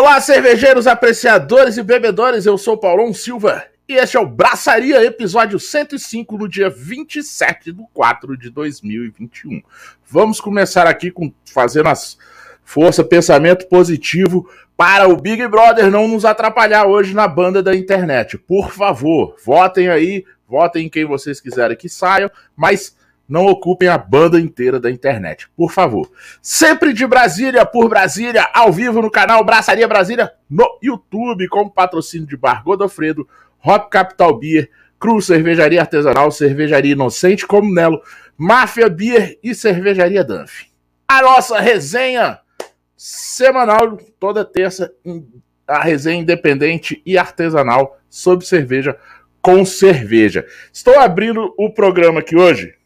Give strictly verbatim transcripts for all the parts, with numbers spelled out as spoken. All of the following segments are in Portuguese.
Olá, cervejeiros, apreciadores e bebedores, eu sou o Paulão Silva e este é o Braçaria, episódio cento e cinco, no dia vinte e sete de quatro de dois mil e vinte e um. Vamos começar aqui com fazendo as força, pensamento positivo para o Big Brother não nos atrapalhar hoje na banda da internet. Por favor, votem aí, votem em quem vocês quiserem que saiam, mas não ocupem a banda inteira da internet, por favor. Sempre de Brasília, por Brasília, ao vivo no canal Braçaria Brasília no YouTube, com patrocínio de Bar Godofredo, Hop Capital Beer, Cruz Cervejaria Artesanal, Cervejaria Inocente Comunelo, Máfia Beer e Cervejaria Danf. A nossa resenha semanal, toda terça, a resenha independente e artesanal sobre cerveja com cerveja. Estou abrindo o programa aqui hoje.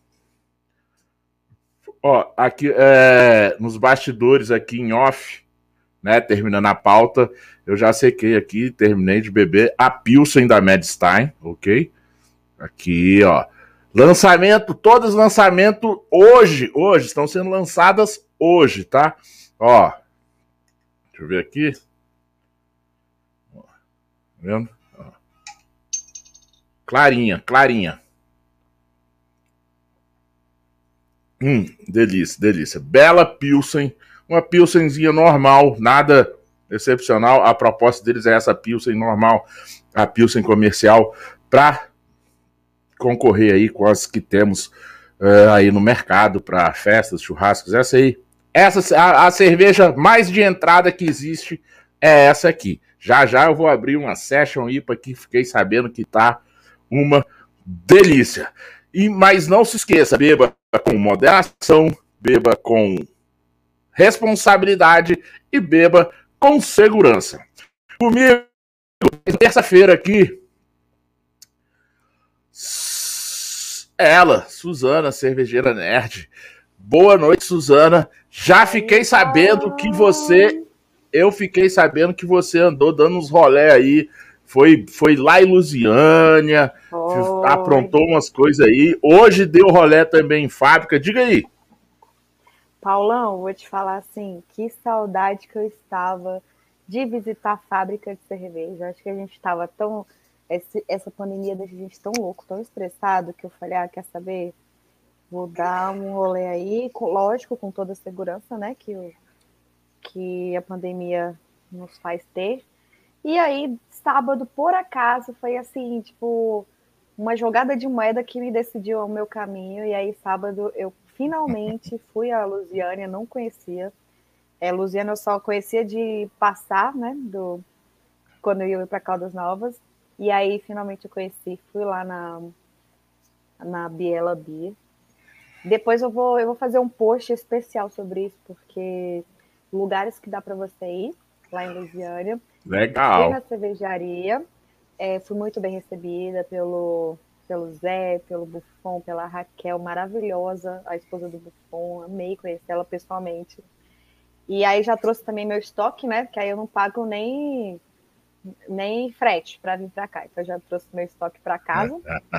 Ó, aqui é, nos bastidores aqui em off, né, terminando a pauta, eu já sequei aqui, terminei de beber a Pilsen da Medstein, ok? Aqui, ó, lançamento, todos lançamento hoje, hoje, estão sendo lançadas hoje, tá? Ó, deixa eu ver aqui. Ó, tá vendo? Ó. Clarinha, clarinha. Hum, delícia, delícia. Bela Pilsen, uma Pilsenzinha normal, nada excepcional. A proposta deles é essa Pilsen normal, a Pilsen comercial, para concorrer aí com as que temos uh, aí no mercado para festas, churrascos. Essa aí, essa, a, a cerveja mais de entrada que existe é essa aqui. Já já eu vou abrir uma Session I P A que fiquei sabendo que tá uma delícia. E, mas não se esqueça, beba com moderação, beba com responsabilidade e beba com segurança. Comigo, terça-feira aqui, ela, Suzana, cervejeira nerd. Boa noite, Suzana. Já fiquei sabendo que você, eu fiquei sabendo que você andou dando uns rolé aí. Foi, foi lá em Lusiânia, oh. aprontou umas coisas aí. Hoje deu rolé também em fábrica. Diga aí. Paulão, vou te falar assim, que saudade que eu estava de visitar a fábrica de cerveja. Acho que a gente estava tão... Esse, essa pandemia deixa a gente tão louco, tão estressado, que eu falei, ah, quer saber? Vou dar um rolê aí, com, lógico, com toda a segurança, né, que, o, que a pandemia nos faz ter. E aí, sábado, por acaso, foi assim, tipo, uma jogada de moeda que me decidiu o meu caminho. E aí, sábado, eu finalmente fui a Lusiânia, não conhecia. É, Lusiânia eu só conhecia de passar, né, do, quando eu ia para Caldas Novas. E aí, finalmente, eu conheci, fui lá na, na Biela Beer. Depois eu vou, eu vou fazer um post especial sobre isso, porque lugares que dá para você ir, lá em Lusiânia. Legal. Fui na cervejaria, é, fui muito bem recebida pelo, pelo Zé, pelo Buffon, pela Raquel, maravilhosa, a esposa do Buffon, amei conhecer ela pessoalmente. E aí já trouxe também meu estoque, né, porque aí eu não pago nem, nem frete para vir para cá, então eu já trouxe meu estoque para casa.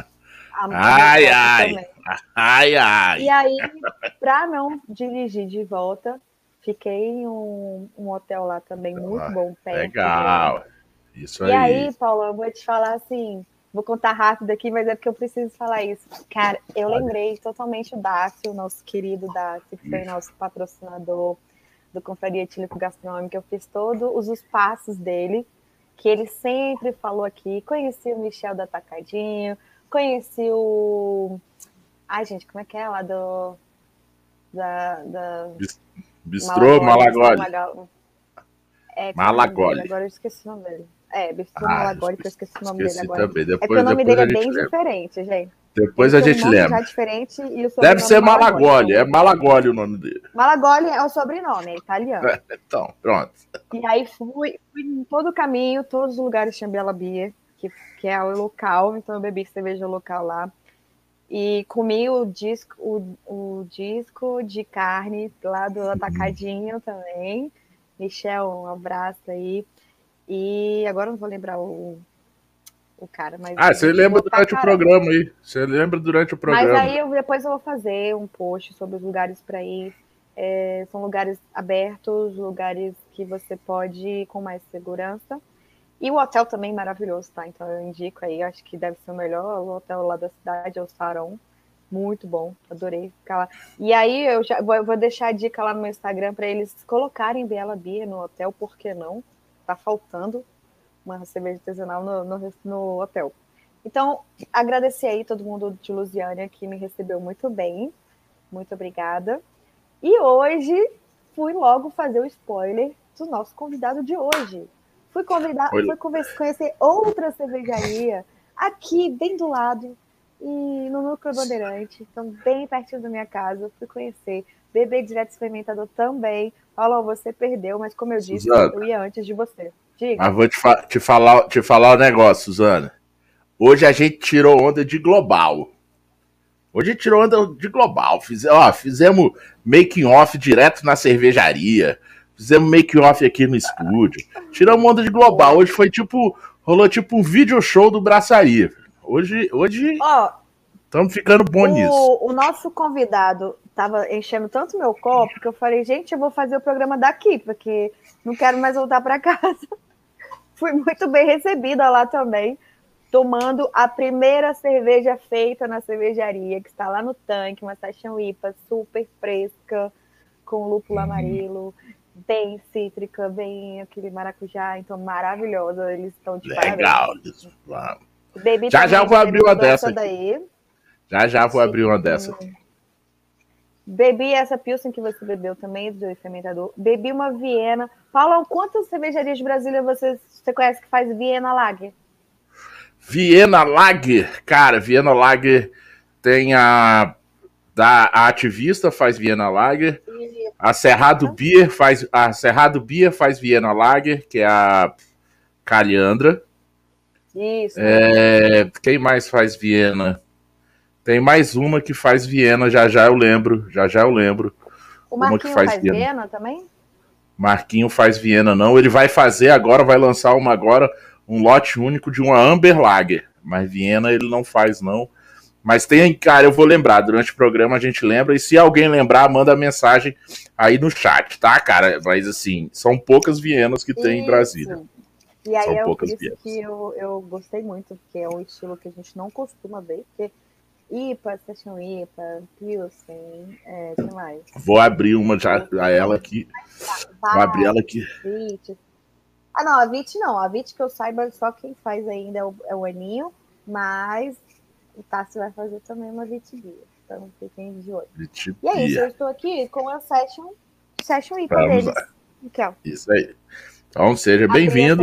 ai, ai, ai, ai. E aí, para não dirigir de volta, fiquei em um, um hotel lá também, muito ah, bom, perto. Legal, de... isso aí. E aí, Paulo, eu vou te falar assim, vou contar rápido aqui, mas é porque eu preciso falar isso. Cara, eu lembrei totalmente o Dácio, nosso querido Dácio, que foi nosso patrocinador do Confraria Etílico Gastronômico. Eu fiz todos os passos dele, que ele sempre falou aqui. Conheci o Michel da Atacadinho, conheci o... Ai, gente, como é que é lá do... Da... da... Bistrô Malagoli. É, Malagoli. Agora eu esqueci o nome dele. É, Bistrô ah, Malagoli, que eu esqueci o nome esqueci dele agora. Também. Depois, é porque o nome dele é bem lembra. diferente, gente. Depois a gente lembra. Já diferente e o Deve ser Malagoli, Malagoli, é Malagoli o nome dele. Malagoli é o sobrenome, é italiano. É, então, pronto. E aí fui, fui em todo o caminho, todos os lugares de Biela Beer, que, que é o local, então eu bebi cerveja local lá. E comi o disco, o, o disco de carne lá do Atacadinho uhum. também. Michel, um abraço aí. E agora eu não vou lembrar o, o cara. Mas ah, você lembra durante o programa aí. Você lembra durante o programa. Mas aí eu, depois eu vou fazer um post sobre os lugares para ir. É, são lugares abertos, lugares que você pode ir com mais segurança. E o hotel também maravilhoso, tá? Então eu indico aí, acho que deve ser o melhor o hotel lá da cidade, é o Sarão. Muito bom, adorei ficar lá. E aí eu já vou, eu vou deixar a dica lá no meu Instagram para eles colocarem Biela Beer no hotel, por que não? Tá faltando uma cerveja artesanal no, no, no hotel. Então, agradecer aí todo mundo de Lusiânia que me recebeu muito bem. Muito obrigada. E hoje fui logo fazer o spoiler do nosso convidado de hoje. Fui, convidar, fui conhecer outra cervejaria aqui, bem do lado, e no Núcleo Bandeirante, então bem pertinho da minha casa. Fui conhecer, beber direto experimentador também. Paulo, você perdeu, mas como eu disse, Suzana, eu ia antes de você. Diga. Mas vou te, fa te, falar, te falar um negócio, Suzana. Hoje a gente tirou onda de global. Hoje a gente tirou onda de global. Fiz, ó, fizemos making off direto na cervejaria. Fizemos making off aqui no estúdio. Tiramos onda de global. Hoje foi tipo... Rolou tipo um video show do Braçaria. Hoje... Hoje estamos ficando bom o, nisso. O nosso convidado tava enchendo tanto meu copo que eu falei, gente, eu vou fazer o programa daqui, porque não quero mais voltar para casa. Fui muito bem recebida lá também, tomando a primeira cerveja feita na cervejaria, que está lá no tanque, uma Session I P A super fresca, com lúpulo hum. amarelo, bem cítrica, bem aquele maracujá, então maravilhosa. Eles estão de Legal. Parabéns. Bebi já já vou abrir uma dessa daí. Já já vou Sim. abrir uma dessa. Bebi essa Pilsen que você bebeu também, do fermentador. Bebi uma Viena. Paulo, quantas cervejarias de Brasília você, você conhece que faz Viena Lager? Viena Lager? Cara, Viena Lager tem a... Da, a Ativista faz Viena Lager. A Cerrado uhum. Beer faz... A Cerrado Beer faz Viena Lager, que é a Caliandra. Isso. É, quem mais faz Viena? Tem mais uma que faz Viena, já já eu lembro, já já eu lembro. O Marquinho uma que faz, faz Viena. Viena também? Marquinho faz Viena não, ele vai fazer agora, vai lançar uma agora, um lote único de uma Amber Lager, mas Viena ele não faz não. Mas tem, cara, eu vou lembrar, durante o programa a gente lembra, e se alguém lembrar, manda mensagem aí no chat, tá, cara? Mas assim, são poucas Vienas que tem Isso. em Brasília. E aí são é por isso Vienas. que eu, eu gostei muito, porque é um estilo que a gente não costuma ver, porque I P A, Session I P A, Pilsen, é, que mais? Vou abrir uma já, a ela aqui. Vai, Vou abrir ela aqui. Vit. Ah, não, a Vit não. A Vit que eu saiba, só quem faz ainda é o, é o Aninho, mas o Tassi vai fazer também uma Vit Beer. Então fiquem de olho. Vit e é isso, eu estou aqui com a Session, session I P A Vamos deles. Lá. Miquel. Isso aí. Então seja bem-vindo.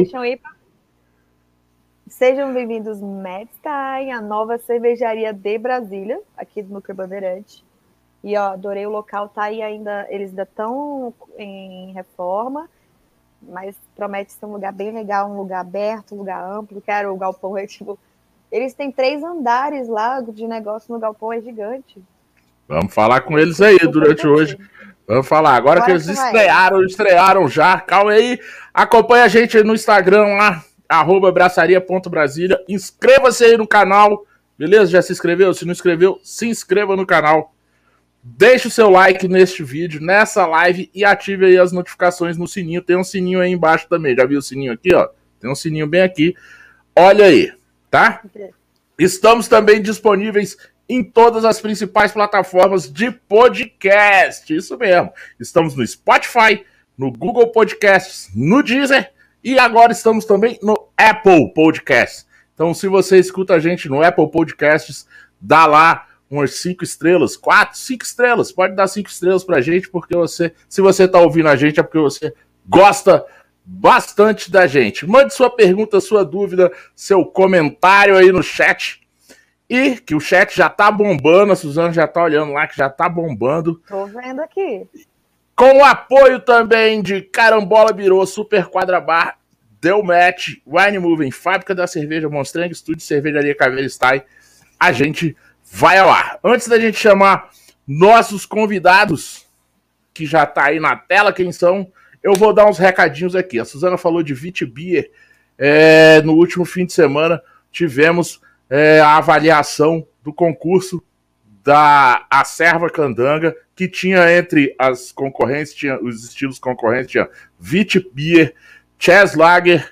Sejam bem-vindos, Madstein, a nova cervejaria de Brasília, aqui do Núcleo Bandeirante. E ó, adorei o local, tá aí ainda, eles ainda estão em reforma, mas promete ser um lugar bem legal, um lugar aberto, um lugar amplo. Quero o galpão, é tipo, eles têm três andares lá de negócio no galpão, é gigante. Vamos falar com eles aí durante hoje. Vamos falar. Agora, Agora que eles que estrearam, estrearam já. Calma aí. Acompanha a gente no Instagram lá. Arroba braçaria.brasília. Inscreva-se aí no canal. Beleza? Já se inscreveu? Se não inscreveu, se inscreva no canal. Deixe o seu like neste vídeo, nessa live e ative aí as notificações no sininho. Tem um sininho aí embaixo também. Já viu o sininho aqui, ó? Tem um sininho bem aqui. Olha aí, tá? Estamos também disponíveis em todas as principais plataformas de podcast. Isso mesmo. Estamos no Spotify, no Google Podcasts, no Deezer. E agora estamos também no Apple Podcasts. Então, se você escuta a gente no Apple Podcasts, dá lá umas cinco estrelas, quatro, cinco estrelas. Pode dar cinco estrelas pra gente, porque você, se você tá ouvindo a gente, é porque você gosta bastante da gente. Mande sua pergunta, sua dúvida, seu comentário aí no chat. E que o chat já tá bombando, a Suzana já tá olhando lá, que já tá bombando. Tô vendo aqui. Com o apoio também de Carambola Birô, Super Quadra Bar, Deu Match, Wine Moving, Fábrica da Cerveja Monstrengo, Estúdio Cervejaria Caveira Style, a gente vai ao ar. Antes da gente chamar nossos convidados, que já tá aí na tela, quem são, eu vou dar uns recadinhos aqui. A Suzana falou de Vit Beer. É, no último fim de semana tivemos é, a avaliação do concurso da Acerva Candanga, que tinha entre as concorrentes, tinha os estilos concorrentes, tinha Wit Beer, Chess Lager,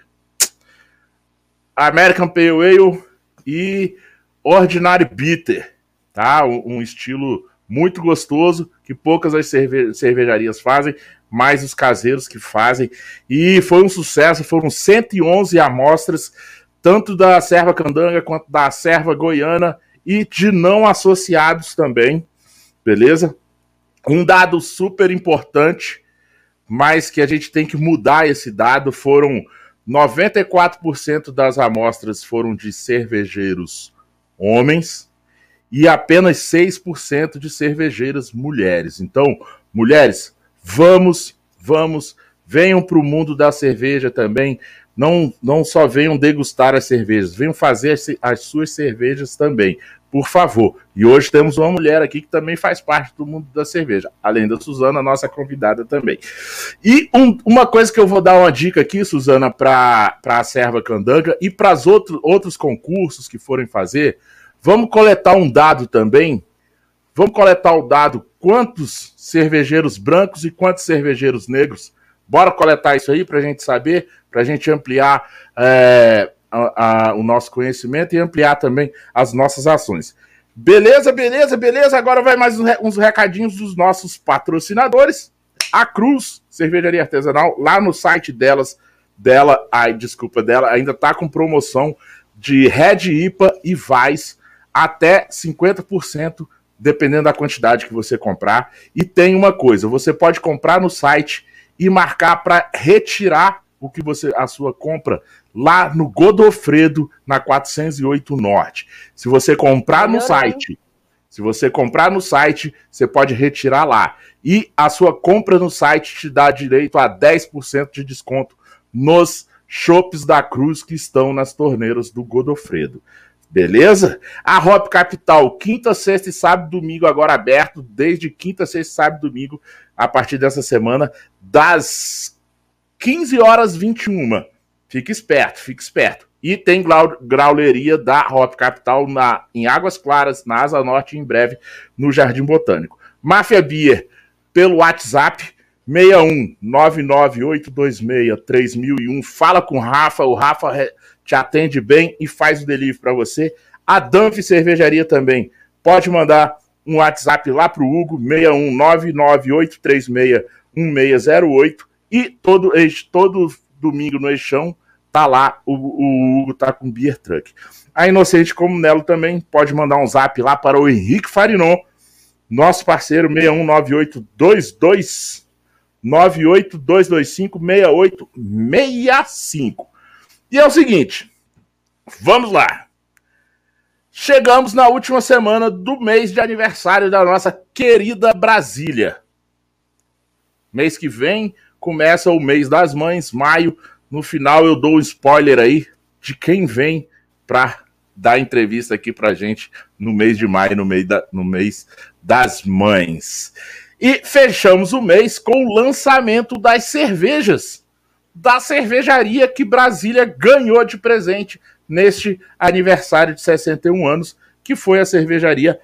American Pale Ale e Ordinary Bitter, tá? Um, um estilo muito gostoso, que poucas as cerve cervejarias fazem, mais os caseiros que fazem, e foi um sucesso, foram cento e onze amostras, tanto da Acerva Candanga quanto da Acerva Goiana, e de não associados também, beleza? Um dado super importante, mas que a gente tem que mudar esse dado, foram noventa e quatro por cento das amostras foram de cervejeiros homens e apenas seis por cento de cervejeiras mulheres. Então, mulheres, vamos, vamos, venham para o mundo da cerveja também. Não, não só venham degustar as cervejas, venham fazer as, as suas cervejas também, por favor. E hoje temos uma mulher aqui que também faz parte do mundo da cerveja, além da Suzana, nossa convidada também. E um, uma coisa que eu vou dar uma dica aqui, Suzana, para a Acerva Candanga e para os outro, outros concursos que forem fazer, vamos coletar um dado também, vamos coletar o dado quantos cervejeiros brancos e quantos cervejeiros negros. Bora coletar isso aí para a gente saber, para a gente ampliar é, a, a, o nosso conhecimento e ampliar também as nossas ações. Beleza, beleza, beleza. Agora vai mais uns recadinhos dos nossos patrocinadores. A Cruz, cervejaria artesanal, lá no site delas, dela, ai, desculpa, dela, ainda está com promoção de Red I P A e Weiss até cinquenta por cento, dependendo da quantidade que você comprar. E tem uma coisa, você pode comprar no site e marcar para retirar o que você, a sua compra lá no Godofredo, na quatrocentos e oito Norte. Se você comprar no site, se você comprar no site, você pode retirar lá. E a sua compra no site te dá direito a dez por cento de desconto nos chopes da Cruz que estão nas torneiras do Godofredo. Beleza? A Hop Capital, quinta, sexta e sábado, domingo, agora aberto, desde quinta, sexta, sábado e domingo, a partir dessa semana, das quinze horas e vinte e uma. Fique esperto, fique esperto. E tem grau, grauleria da Hop Capital na, em Águas Claras, na Asa Norte, em breve, no Jardim Botânico. Máfia Beer, pelo WhatsApp, seis um nove nove oito dois seis três mil e um. Fala com o Rafa, o Rafa te atende bem e faz o delivery para você. A Danf Cervejaria também. Pode mandar um WhatsApp lá para o Hugo, seis um nove nove oito três seis um seis zero oito. E todo, todo domingo no Eixão tá lá, o, o Hugo tá com Beer Truck. A Inocente como Nelo também pode mandar um zap lá para o Henrique Farinon, nosso parceiro, seis um nove oito dois dois nove oito dois dois cinco seis oito seis cinco. E é o seguinte, vamos lá. Chegamos na última semana do mês de aniversário da nossa querida Brasília. Mês que vem começa o mês das mães, maio. No final eu dou um spoiler aí de quem vem para dar entrevista aqui pra gente no mês de maio, no mês, da, no mês das mães. E fechamos o mês com o lançamento das cervejas da cervejaria que Brasília ganhou de presente neste aniversário de sessenta e um anos, que foi a cervejaria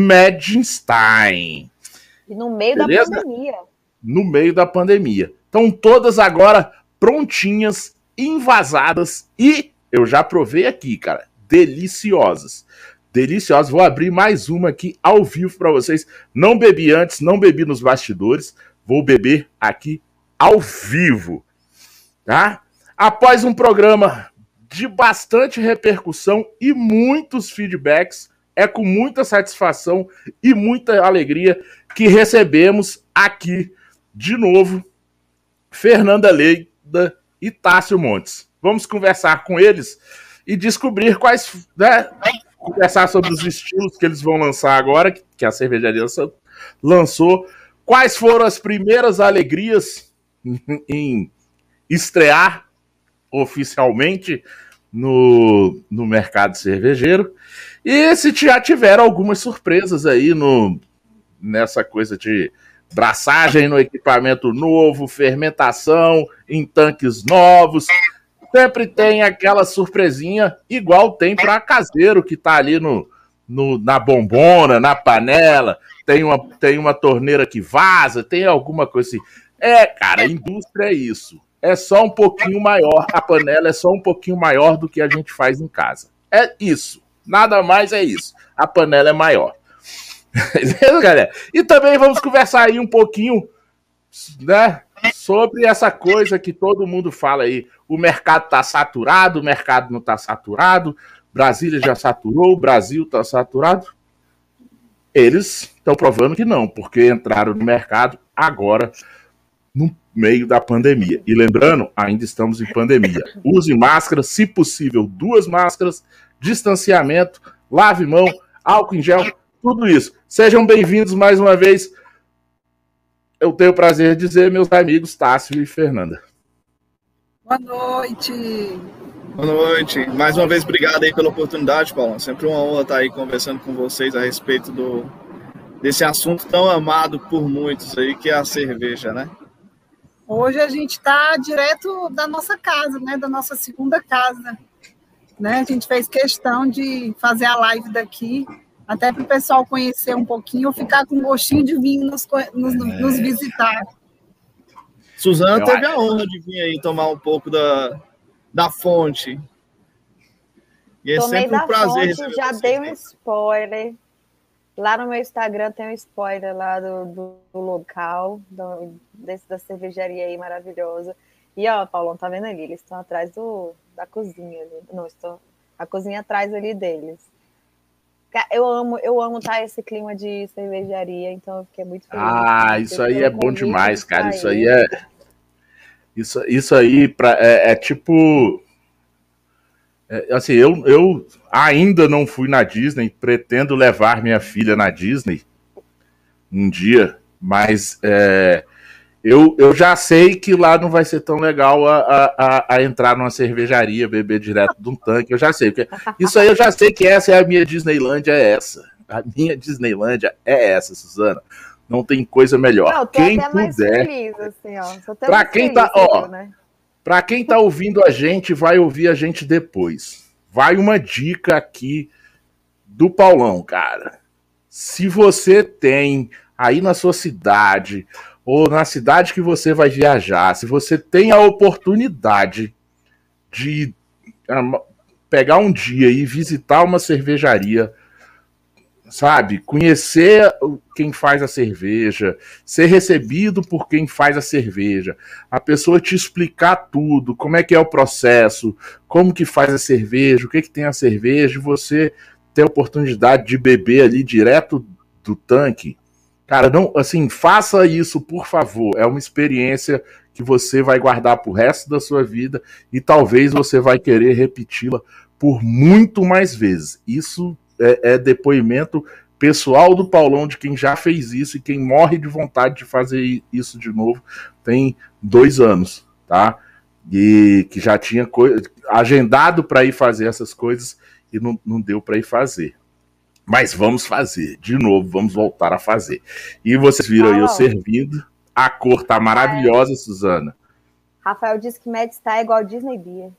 Medinstein. E no meio Beleza? da pandemia. No meio da pandemia. Estão todas agora prontinhas, envasadas e eu já provei aqui, cara, deliciosas. Deliciosas. Vou abrir mais uma aqui ao vivo para vocês. Não bebi antes, não bebi nos bastidores. Vou beber aqui ao vivo. Tá? Após um programa de bastante repercussão e muitos feedbacks, é com muita satisfação e muita alegria que recebemos aqui, de novo, Fernanda Leida e Tássio Montes. Vamos conversar com eles e descobrir quais... Né, conversar sobre os estilos que eles vão lançar agora, que a cervejaria lançou, quais foram as primeiras alegrias em estrear oficialmente no, no mercado cervejeiro, e se já tiveram algumas surpresas aí no, nessa coisa de braçagem no equipamento novo, fermentação em tanques novos. Sempre tem aquela surpresinha, igual tem para caseiro que tá ali no, no, na bombona, na panela, tem uma, tem uma torneira que vaza, tem alguma coisa assim. É, cara, a indústria é isso. É só um pouquinho maior, a panela é só um pouquinho maior do que a gente faz em casa. É isso. Nada mais é isso. A panela é maior. Beleza, galera? E também vamos conversar aí um pouquinho, né, sobre essa coisa que todo mundo fala aí. O mercado está saturado, o mercado não está saturado, Brasília já saturou, o Brasil está saturado. Eles estão provando que não, porque entraram no mercado agora, no meio da pandemia. E lembrando, ainda estamos em pandemia. Use máscara, se possível, duas máscaras, distanciamento, lave mão, álcool em gel, tudo isso. Sejam bem-vindos mais uma vez. Eu tenho o prazer de dizer, meus amigos Tássio e Fernanda. Boa noite. Boa noite. Mais uma vez, obrigado aí pela oportunidade, Paulo. Sempre uma honra estar aí conversando com vocês a respeito do, desse assunto tão amado por muitos aí, que é a cerveja, né? Hoje a gente está direto da nossa casa, né? Da nossa segunda casa. Né? A gente fez questão de fazer a live daqui, até para o pessoal conhecer um pouquinho, ficar com gostinho de vinho nos, nos, nos visitar. Suzana teve a honra de vir aí tomar um pouco da, da fonte. E é Tomei sempre um da prazer fonte, já dei um spoiler. Lá no meu Instagram tem um spoiler lá do, do, do local, do, desse, da cervejaria aí maravilhosa. E, ó, Paulão, tá vendo ali? Eles estão atrás do, da cozinha ali. Não, estão a cozinha atrás ali deles. Eu amo, eu amo tá, esse clima de cervejaria, então eu fiquei muito feliz. Ah, isso aí é bom demais, cara. Isso aí é... Isso, isso aí pra, é, é tipo... É, assim, eu, eu ainda não fui na Disney, pretendo levar minha filha na Disney um dia, mas é, eu, eu já sei que lá não vai ser tão legal a, a, a entrar numa cervejaria, beber direto de um tanque, eu já sei. Porque isso aí eu já sei que essa é a minha Disneylândia, é essa. A minha Disneylândia é essa, Suzana. Não tem coisa melhor. Não, tô quem até puder, mais feliz, assim, ó. Pra quem tá, ó, né? Pra quem tá ouvindo a gente, vai ouvir a gente depois. Vai uma dica aqui do Paulão, cara. Se você tem aí na sua cidade, ou na cidade que você vai viajar, se você tem a oportunidade de um, pegar um dia e visitar uma cervejaria, sabe, conhecer quem faz a cerveja, ser recebido por quem faz a cerveja, a pessoa te explicar tudo, como é que é o processo, como que faz a cerveja, o que que tem a cerveja, você ter a oportunidade de beber ali direto do tanque, cara, não, assim, faça isso, por favor, é uma experiência que você vai guardar pro resto da sua vida e talvez você vai querer repeti-la por muito mais vezes. Isso É, é depoimento pessoal do Paulão, de quem já fez isso e quem morre de vontade de fazer isso de novo tem dois anos, tá? E que já tinha agendado para ir fazer essas coisas e não, não deu para ir fazer. Mas vamos fazer, de novo, vamos voltar a fazer. E vocês viram aí eu servindo, a cor tá maravilhosa, Suzana. Rafael disse que Mad Star é igual Disney Beer.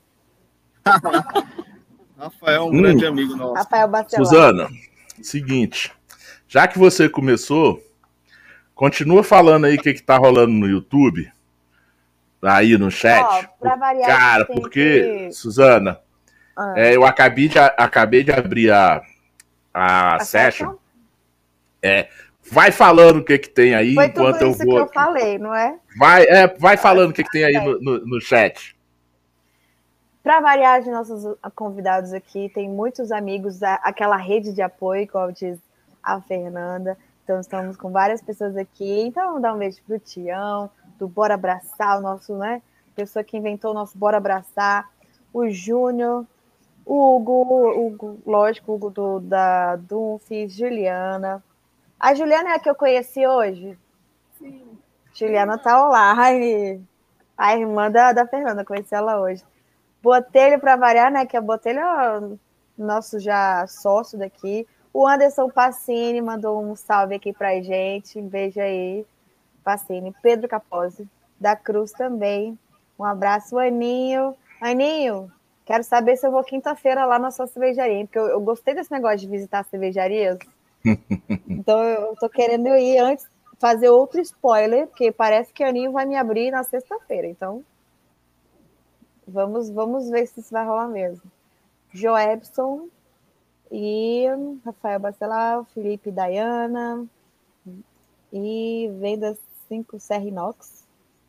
Rafael é um hum, grande amigo nosso. Rafael Bacelar. Suzana, seguinte, já que você começou, continua falando aí o que, que tá rolando no YouTube, aí no chat. Ó, pra variar, cara, porque, que... Suzana, ah. é, eu acabei de, acabei de abrir a, a, a session. session. É, vai falando o que, que tem aí. Foi enquanto tudo eu isso vou. Que eu falei, não é? Vai, é, vai falando o que, que tem aí no, no, no chat. Para variar de nossos convidados aqui, tem muitos amigos, aquela rede de apoio, como diz a Fernanda. Então, estamos com várias pessoas aqui. Então, vamos dar um beijo pro Tião, do Bora Abraçar, o nosso, né? Pessoa que inventou o nosso Bora Abraçar. O Júnior, o Hugo, o Hugo, lógico, o Hugo do, da Dunf, Juliana. A Juliana é a que eu conheci hoje? Sim. Juliana tá online. A irmã da, da Fernanda, conheci ela hoje. Botelho, para variar, né? Que a Botelho é o nosso já sócio daqui. O Anderson Pacini mandou um salve aqui pra gente. Um beijo aí, Pacini. Pedro Capozzi, da Cruz também. Um abraço, Aninho. Aninho, Quero saber se eu vou quinta-feira lá na sua cervejaria, porque eu, eu gostei desse negócio de visitar cervejarias. Então eu tô querendo ir antes, fazer outro spoiler, porque parece que a Aninho vai me abrir na sexta-feira. Então, vamos, vamos ver se isso vai rolar mesmo. Joebson e Rafael Bacelar, Felipe e Dayana. E Vendas cinco Serrinox.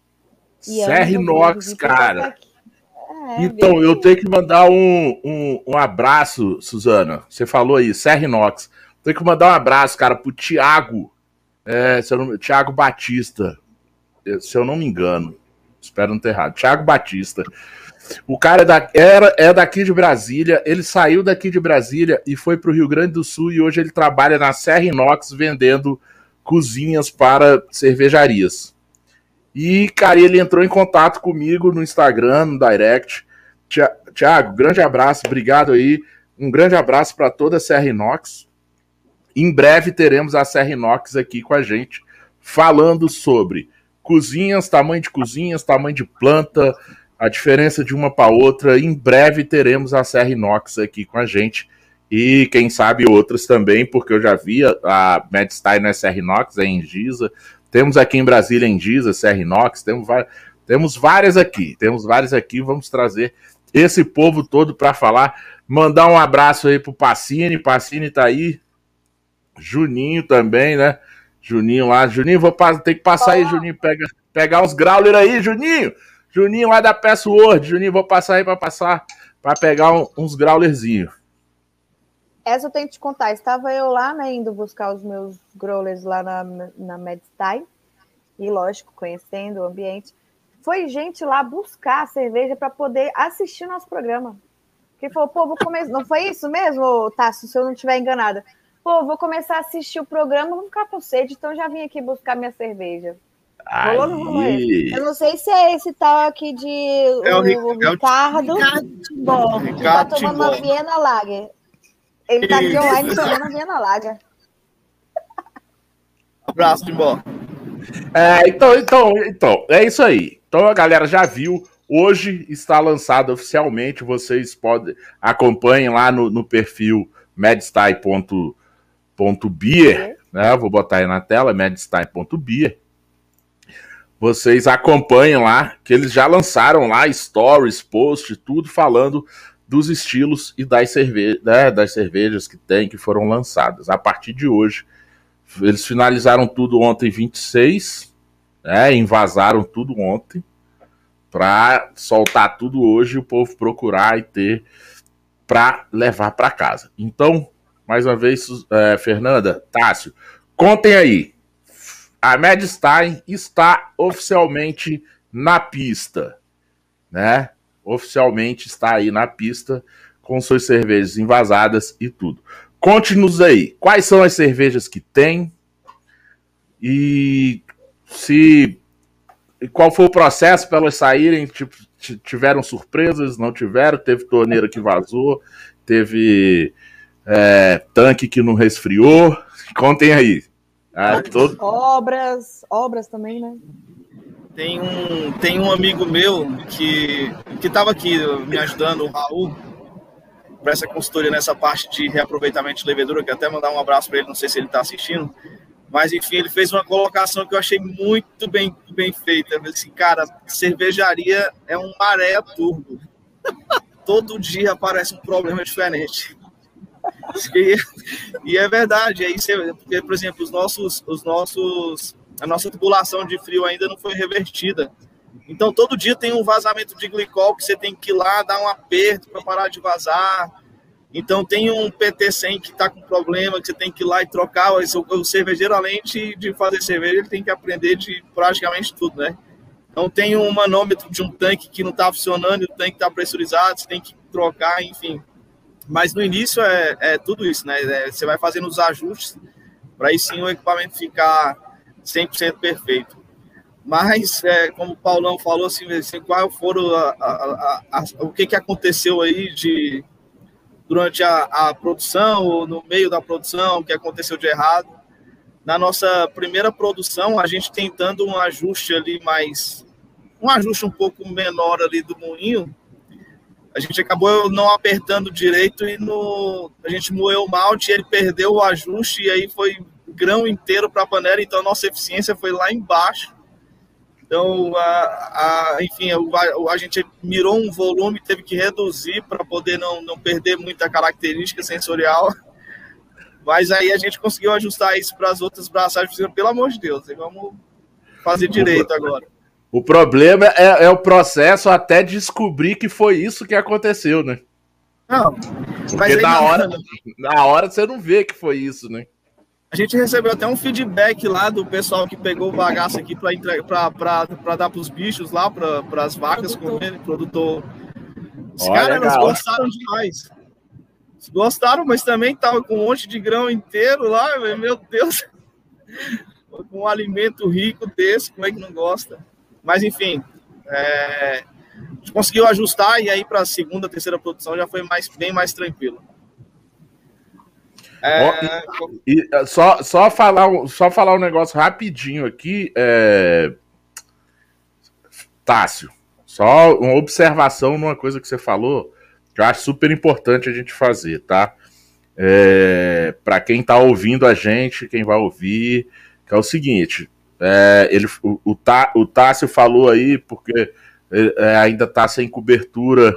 Serrinox, cara. É, então, bem... eu tenho que mandar um, um, um abraço, Suzana. Você falou aí, Serrinox. Tenho que mandar um abraço, cara, pro Thiago. É, se eu não, Thiago Batista. Se eu não me engano. Espero não ter errado. Thiago Batista. O cara é, da, era, é daqui de Brasília. Ele saiu daqui de Brasília e foi pro Rio Grande do Sul. E hoje ele trabalha na Serrinox vendendo cozinhas para cervejarias. E, cara, ele entrou em contato comigo no Instagram, no direct. Thiago, grande abraço, obrigado aí. Um grande abraço para toda a Serrinox. Em breve teremos a Serrinox aqui com a gente, falando sobre cozinhas, tamanho de cozinhas, tamanho de planta, a diferença de uma para outra. Em breve teremos a Serrinox aqui com a gente. E quem sabe outras também, porque eu já vi a Medstein não é Serrinox, é Engisa. Temos aqui em Brasília Engisa, Serrinox, temos, temos várias aqui, temos várias aqui, vamos trazer esse povo todo para falar. Mandar um abraço aí pro Pacini, Pacini tá aí, Juninho também, né? Juninho lá, Juninho, vou ter que passar aí, Juninho, pega, pegar uns growler aí, Juninho, Juninho lá da Password, Juninho, vou passar aí para passar, para pegar um, uns growlerzinhos. Essa eu tenho que te contar. Estava eu lá, né, indo buscar os meus growlers lá na, na Medstein. E, lógico, conhecendo o ambiente. Foi gente lá buscar a cerveja para poder assistir nosso programa. Porque falou, pô, vou começar... Não foi isso mesmo, Tássio, se eu não estiver enganada? Pô, vou começar a assistir o programa, vou ficar com sede, então já vim aqui buscar minha cerveja. Aí. Rolou, não rolou esse? Eu não sei se é esse tal aqui de... É o, o, o Ricardo. Ricardo Timbó. Que tá tomando uma Viena Lager. Ele tá aqui online tomando a Viena Lager. Abraço, Timbó. É, então, então, então, é isso aí. Então a galera já viu. Hoje está lançado oficialmente. Vocês podem acompanhem lá no, no perfil medstein ponto beer, né? Vou botar aí na tela, medstein ponto beer. Vocês acompanhem lá, que eles já lançaram lá stories, post, tudo falando dos estilos e das, cerve né, das cervejas que tem, que foram lançadas. A partir de hoje, eles finalizaram tudo ontem, vinte e seis, né, envasaram tudo ontem, para soltar tudo hoje e o povo procurar e ter para levar para casa. Então, mais uma vez, é, Fernanda, Tássio, contem aí. A Medstein está oficialmente na pista, né? Oficialmente está aí na pista com suas cervejas envasadas e tudo. Conte-nos aí, quais são as cervejas que tem e se qual foi o processo para elas saírem, tipo, tiveram surpresas, não tiveram, teve torneira que vazou, teve é, tanque que não resfriou, contem aí. Ah, todo... Obras, obras também, né? Tem um, tem um amigo meu que que estava aqui me ajudando, o Raul, para essa consultoria nessa parte de reaproveitamento de levedura, que até mandar um abraço para ele, não sei se ele está assistindo, mas enfim, ele fez uma colocação que eu achei muito bem, bem feita. Assim, cara, cervejaria é um maré turbo. Todo dia aparece um problema diferente. E, e é verdade, aí você, porque, por exemplo, os nossos, os nossos, a nossa tubulação de frio ainda não foi revertida. Então, todo dia tem um vazamento de glicol que você tem que ir lá dar um aperto para parar de vazar. Então, tem um P T cem que está com problema, que você tem que ir lá e trocar. O cervejeiro, além de, de fazer cerveja, ele tem que aprender de praticamente tudo, né? Então, tem um manômetro de um tanque que não está funcionando e o tanque está pressurizado, você tem que trocar, enfim. Mas no início é, é tudo isso, né? É, você vai fazendo os ajustes para aí sim o equipamento ficar cem por cento perfeito. Mas, é, como o Paulão falou, assim, assim qual foram a, a, a, a, o que, que aconteceu aí de, durante a, a produção, ou no meio da produção, o que aconteceu de errado. Na nossa primeira produção, a gente tentando um ajuste ali mais, um ajuste um pouco menor ali do moinho, a gente acabou não apertando direito e no, a gente moeu o malte, ele perdeu o ajuste e aí foi grão inteiro para a panela, então a nossa eficiência foi lá embaixo. Então, a, a, enfim, a, a gente mirou um volume, teve que reduzir para poder não, não perder muita característica sensorial. Mas aí a gente conseguiu ajustar isso para as outras braçagens, pelo amor de Deus, vamos fazer direito agora. O problema é, é o processo até descobrir que foi isso que aconteceu, né? Não, Porque mas aí na, não, hora, não. na hora você não vê que foi isso, né? A gente recebeu até um feedback lá do pessoal que pegou o bagaço aqui para dar para os bichos lá, para as vacas comerem, produtor. Os caras eles gostaram demais. Eles gostaram, mas também tava com um monte de grão inteiro lá, meu Deus. Com um alimento rico desse, como é que não gosta? Mas enfim, é, a gente conseguiu ajustar e aí para a segunda, terceira produção já foi mais, bem mais tranquilo. É... E, e, só, só, falar, só falar um negócio rapidinho aqui, é... Tássio, só uma observação numa coisa que você falou, que eu acho super importante a gente fazer, tá? É... Para quem tá ouvindo a gente, quem vai ouvir, que é o seguinte, é, ele, o, o, Tá, o Tássio falou aí, porque é, ainda tá sem cobertura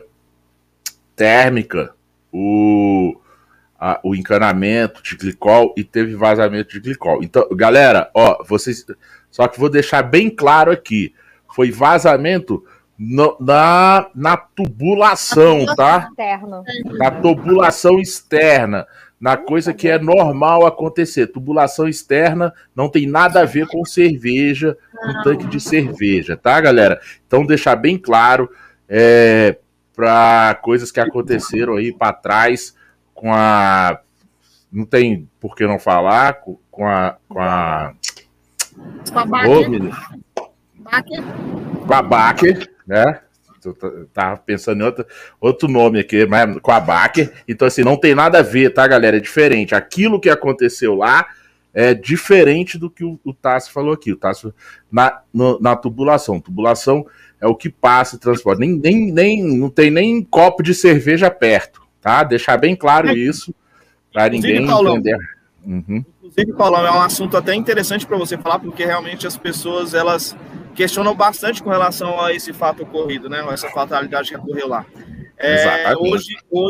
térmica, o... A, o encanamento de glicol e teve vazamento de glicol. Então, galera, ó, vocês. Só que vou deixar bem claro aqui: foi vazamento no, na, na tubulação, tá? Externo. Na tubulação externa. Na coisa que é normal acontecer. Tubulação externa não tem nada a ver com cerveja, um tanque de cerveja, tá, galera? Então, deixar bem claro é, para coisas que aconteceram aí para trás. Com a... Não tem por que não falar. Com, com a... Com a... Com a Baker. Baker. Com a Baker, né? Eu tava pensando em outro, outro nome aqui, mas com a Baker. Então, assim, não tem nada a ver, tá, galera? É diferente. Aquilo que aconteceu lá é diferente do que o, o Tássio falou aqui. O Tássio, na, no, na tubulação. Tubulação é o que passa e transporta. Nem, nem, nem, não tem nem copo de cerveja perto. Tá? Deixar bem claro isso, para ninguém Paulão, entender. Uhum. Inclusive, Paulão, é um assunto até interessante para você falar, porque realmente as pessoas elas questionam bastante com relação a esse fato ocorrido, né? Essa fatalidade que ocorreu lá. É, hoje,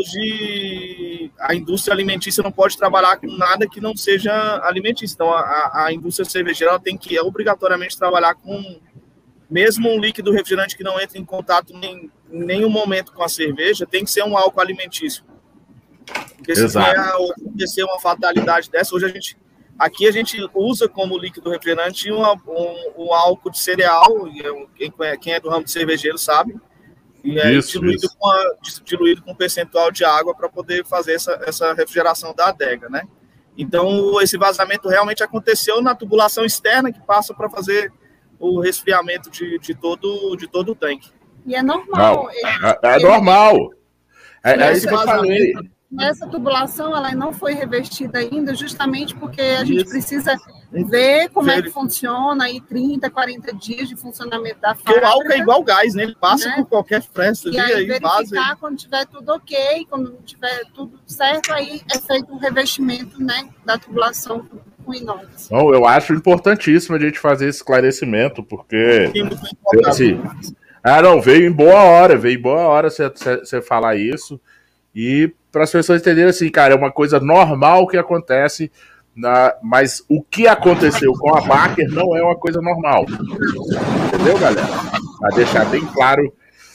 hoje, a indústria alimentícia não pode trabalhar com nada que não seja alimentício. Então, a, a indústria cervejeira ela tem que obrigatoriamente trabalhar com mesmo um líquido refrigerante que não entra em contato em nenhum momento com a cerveja, tem que ser um álcool alimentício. Porque se vier a acontecer uma fatalidade dessa, hoje a gente, aqui a gente usa como líquido refrigerante um, um, um álcool de cereal, quem, quem é do ramo de cervejeiro sabe, e é isso, diluído, isso. Com a, diluído com um percentual de água para poder fazer essa, essa refrigeração da adega, né? Então, esse vazamento realmente aconteceu na tubulação externa que passa para fazer o resfriamento de, de, todo, de todo o tanque. E é normal. Não, é, é normal. É, é isso que eu falei. Essa tubulação ela não foi revestida ainda, justamente porque a gente isso. precisa ver como Ver. é que funciona aí trinta, quarenta dias de funcionamento da fábrica. Porque o álcool é igual gás, né? Ele passa né? por qualquer fresta. E aí, aí verificar vaza. Quando tiver tudo ok, quando tiver tudo certo, aí é feito um revestimento, né, da tubulação com inox. Não, eu acho importantíssimo a gente fazer esse esclarecimento, porque... Assim, ah, não, veio em boa hora, veio em boa hora você, você falar isso, e para as pessoas entenderem assim, cara, é uma coisa normal que acontece, na, mas o que aconteceu com a Baker não é uma coisa normal. Entendeu, galera? Para deixar bem claro,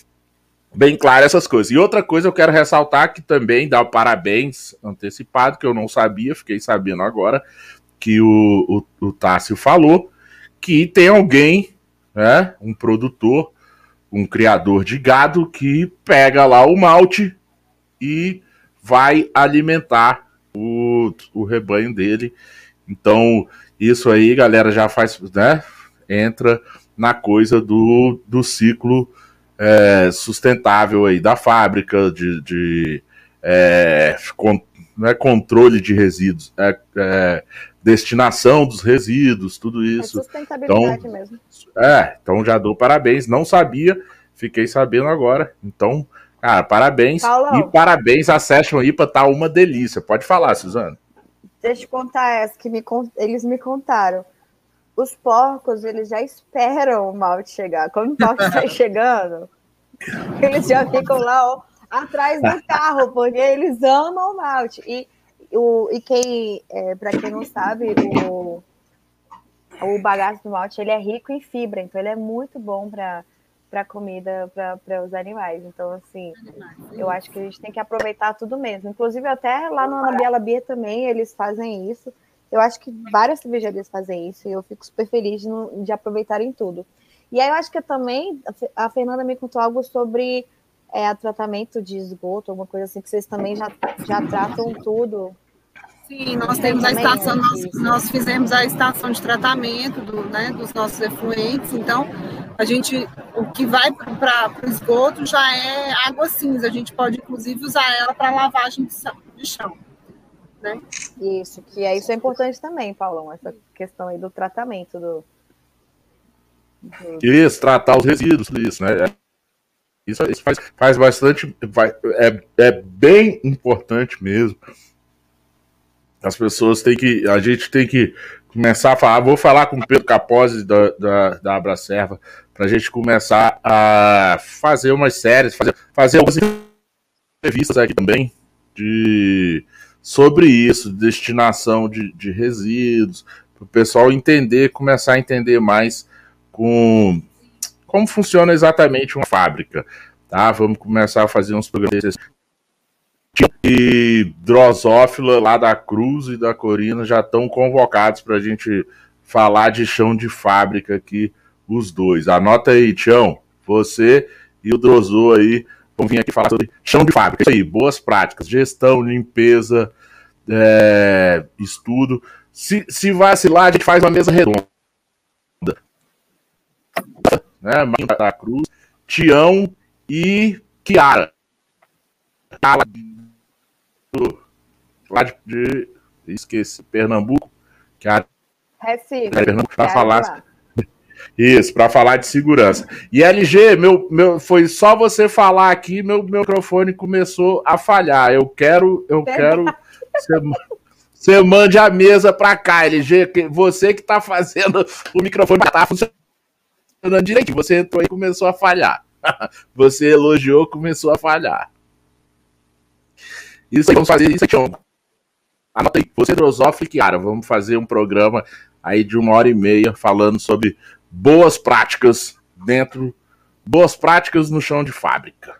bem claro essas coisas. E outra coisa eu quero ressaltar, que também dá parabéns antecipado, que eu não sabia, fiquei sabendo agora, que o, o, o Tássio falou, que tem alguém, né, um produtor, um criador de gado, que pega lá o malte e vai alimentar o, o rebanho dele. Então, isso aí, galera, já faz, né, entra na coisa do, do ciclo é, sustentável aí da fábrica, de, de é, con, não é controle de resíduos, é, é destinação dos resíduos, tudo isso. É sustentabilidade então, mesmo. É, então já dou parabéns, não sabia, fiquei sabendo agora, então Cara, parabéns. Paulão. E parabéns, a Session I P A tá uma delícia. Pode falar, Suzana. Deixa eu contar essa que me, eles me contaram. Os porcos, eles já esperam o malte chegar. Quando o malte está chegando, eles já ficam lá, ó, atrás do carro, porque eles amam o malte. E, o, e quem, é, para quem não sabe, o, o bagaço do malte, ele é rico em fibra, então ele é muito bom para para comida, para os animais. Então, assim, eu acho que a gente tem que aproveitar tudo mesmo. Inclusive, até lá no Ana Biela Bia também, eles fazem isso. Eu acho que várias cervejarias fazem isso e eu fico super feliz de, não, de aproveitarem tudo. E aí eu acho que também, a Fernanda me contou algo sobre é, a tratamento de esgoto, alguma coisa assim, que vocês também já, já tratam tudo. Sim, nós temos a estação, nós, nós fizemos a estação de tratamento do, né, dos nossos efluentes, então a gente, o que vai para o esgoto já é água cinza, a gente pode inclusive usar ela para lavagem de chão. Né? Isso, que é, isso é importante também, Paulão, essa questão aí do tratamento do, do... Isso, tratar os resíduos, isso, né? Isso, isso faz, faz bastante, vai, é, é bem importante mesmo. As pessoas têm que, a gente tem que começar a falar, vou falar com o Pedro Capozzi da, da, da Abracerva, para a gente começar a fazer umas séries, fazer, fazer algumas entrevistas aqui também, de... sobre isso, destinação de, de resíduos, para o pessoal entender, começar a entender mais com como funciona exatamente uma fábrica, tá? Vamos começar a fazer uns programas. E Drosófila lá da Cruz e da Corina já estão convocados para a gente falar de chão de fábrica aqui, os dois. Anota aí, Tião, você e o Drosô aí vão vir aqui falar sobre chão de fábrica. Isso aí, boas práticas, gestão, limpeza, é, estudo. Se, se vacilar, a gente faz uma mesa redonda. Né? Marina da Cruz, Tião e Kiara. Lá de, de esqueci, Pernambuco. Kiara. Recife. É, Pernambuco, para falar. Isso, para falar de segurança. E L G, meu, meu, foi só você falar aqui, meu, meu microfone começou a falhar. Eu quero, eu quero. Você, você mande a mesa para cá, L G. Que, você que tá fazendo o microfone tá funcionando direito. Você entrou e começou a falhar. Você elogiou, começou a falhar. Isso aí, vamos fazer isso aqui. Anota aí, você, Drosófila e Kiara, vamos fazer um programa aí de uma hora e meia falando sobre boas práticas dentro, boas práticas no chão de fábrica.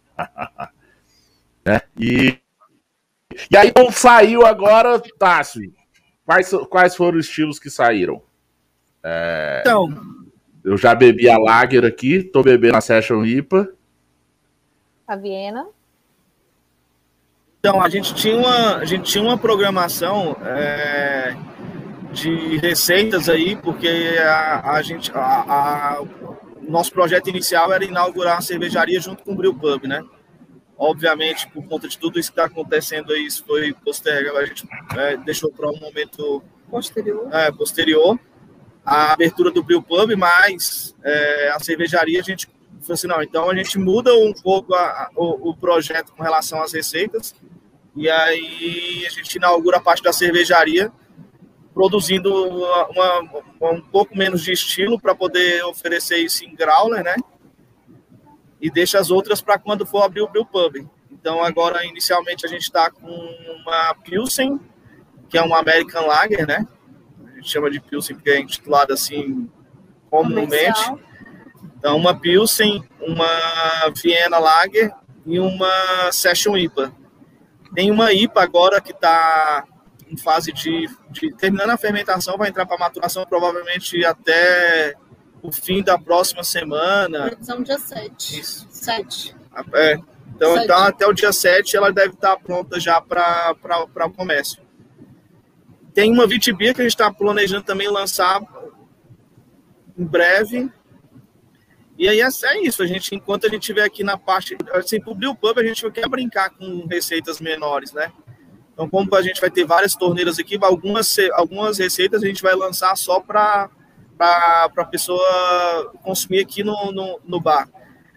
Né? E, e aí, como saiu agora, Tássio, quais, quais foram os estilos que saíram? É, então, eu já bebi a Lager aqui, tô bebendo a Session I P A. A Viena. Então, a gente tinha uma, a gente tinha uma programação é, de receitas aí, porque a, a gente, a, a, o nosso projeto inicial era inaugurar a cervejaria junto com o Brew Pub, né? Obviamente, por conta de tudo isso que está acontecendo aí, isso foi postergado, a gente é, deixou para um momento posterior. É, posterior a abertura do Brew Pub, mas é, a cervejaria a gente falou assim, não, então a gente muda um pouco a, a, o, o projeto com relação às receitas. E aí a gente inaugura a parte da cervejaria, produzindo uma, uma, um pouco menos de estilo para poder oferecer isso em growler, né? E deixa as outras para quando for abrir o Brew Pub. Então agora, inicialmente, a gente está com uma Pilsen, que é uma American Lager, né? A gente chama de Pilsen porque é intitulada assim comumente. Comercial. Então uma Pilsen, uma Vienna Lager e uma Session I P A. Tem uma I P A agora que está em fase de, de... Terminando a fermentação, vai entrar para maturação provavelmente até o fim da próxima semana. Previsão dia sete. Isso. sete. É, então, sete. então, até o dia sete, ela deve estar pronta já para o comércio. Tem uma Vitibia que a gente está planejando também lançar em breve. E aí é isso, a gente, enquanto a gente estiver aqui na parte, assim, pro Brew Pub, a gente quer brincar com receitas menores, né? Então, como a gente vai ter várias torneiras aqui, algumas, algumas receitas a gente vai lançar só para a pessoa consumir aqui no, no, no bar.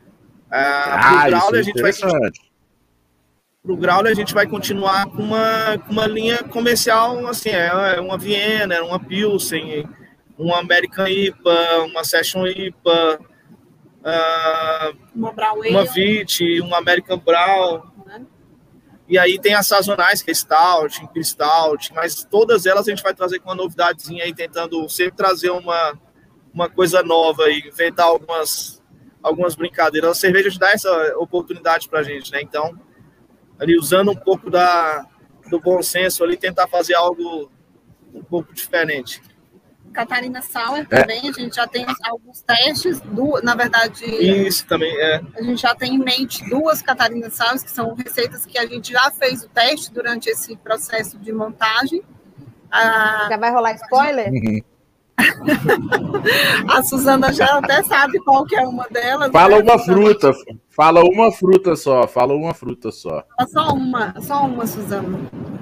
Ah, pro Growler, isso é a gente vai interessante. Pro Growler a gente vai continuar com uma, com uma linha comercial, assim, é uma Vienna, uma Pilsen, uma American I P A, uma Session I P A, uh, Uma Brown Ale, uma Vit, uma American Brown, né? E aí tem as sazonais, que é Stout, Imperial Stout, mas todas elas a gente vai trazer com uma novidadezinha aí, tentando sempre trazer uma, uma coisa nova e inventar algumas, algumas brincadeiras. A cerveja te dá essa oportunidade pra gente, né? Então, ali usando um pouco da, do bom senso ali, tentar fazer algo um pouco diferente. Catarina Sauer também, é. A gente já tem alguns testes, do, na verdade... Isso também, é. A gente já tem em mente duas Catarina Sauer, que são receitas que a gente já fez o teste durante esse processo de montagem. A... Já vai rolar spoiler? A Suzana já até sabe qual que é uma delas. Fala né, uma Suzana? fruta, fala uma fruta só, fala uma fruta só. Só uma, só uma, Suzana.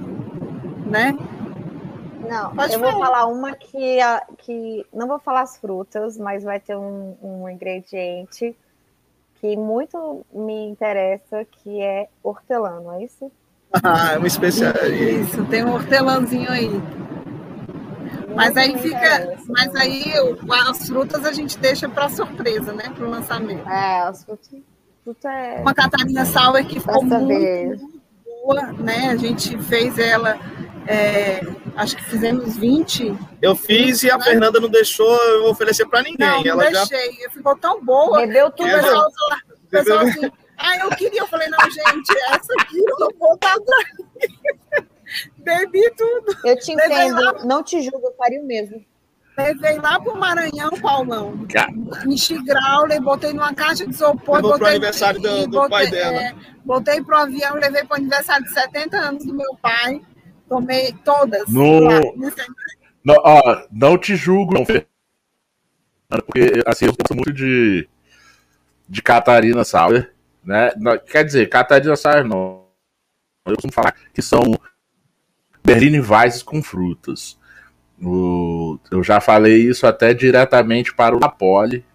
Né? Não, Pode eu falar. vou falar uma que, que... Não vou falar as frutas, mas vai ter um, um ingrediente que muito me interessa, que é hortelã, não é isso? Ah, é uma especiaria. Isso, tem um hortelãzinho aí. Muito Mas aí me fica. interessa, Mas né? aí as frutas a gente deixa para surpresa, né? Para o lançamento. É, as frutas, fruta é... Uma Catarina Sauer que ficou Pra muito, saber. muito boa, né? A gente fez ela. É, acho que fizemos vinte. Eu fiz e a né? Fernanda não deixou eu oferecer para ninguém. Não, não ela deixei. Já... Ficou tão boa. Bebeu tudo. Que o pessoal, o pessoal assim, ah, eu queria. Eu falei, não, gente, essa aqui eu não vou dar pra... Bebi tudo. Eu te Levei entendo, lá... não te julgo, eu faria o mesmo. Levei lá pro Maranhão, Paulão. Cara. Enchi grauler, botei numa caixa de isopor. Levou botei pro aniversário do, do botei, pai dela. É, botei pro avião, levei pro aniversário de setenta anos do meu pai. Tomei todas. No... Lá. Não, ó, não te julgo, não, Fernanda, porque assim, eu gosto muito de, de Catarina Sauer, né? Quer dizer, Catarina Sauer não. Eu costumo falar que são Berliner Weisses com frutas. O, eu já falei isso até diretamente para o Napoli.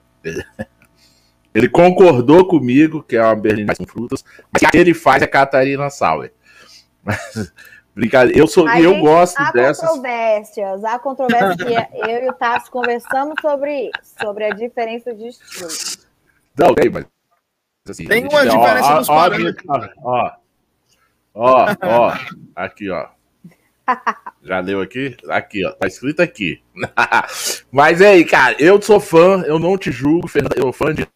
Ele concordou comigo que é uma Berliner Weisses com frutas, mas o que ele faz é Catarina Sauer. Mas, brincadeira, eu, sou, A eu gente, gosto há dessas. Há controvérsias, há controvérsias que eu e o Tassi conversamos sobre isso, sobre a diferença de estilo. Não, tem, mas. Assim, tem gente, uma ó, diferença ó, nos ó, parâmetros. Ó, ó, ó, aqui, ó. Já leu aqui? Aqui, ó. Tá escrito aqui. Mas aí, cara, eu sou fã, eu não te julgo, Fernando. Eu sou fã de,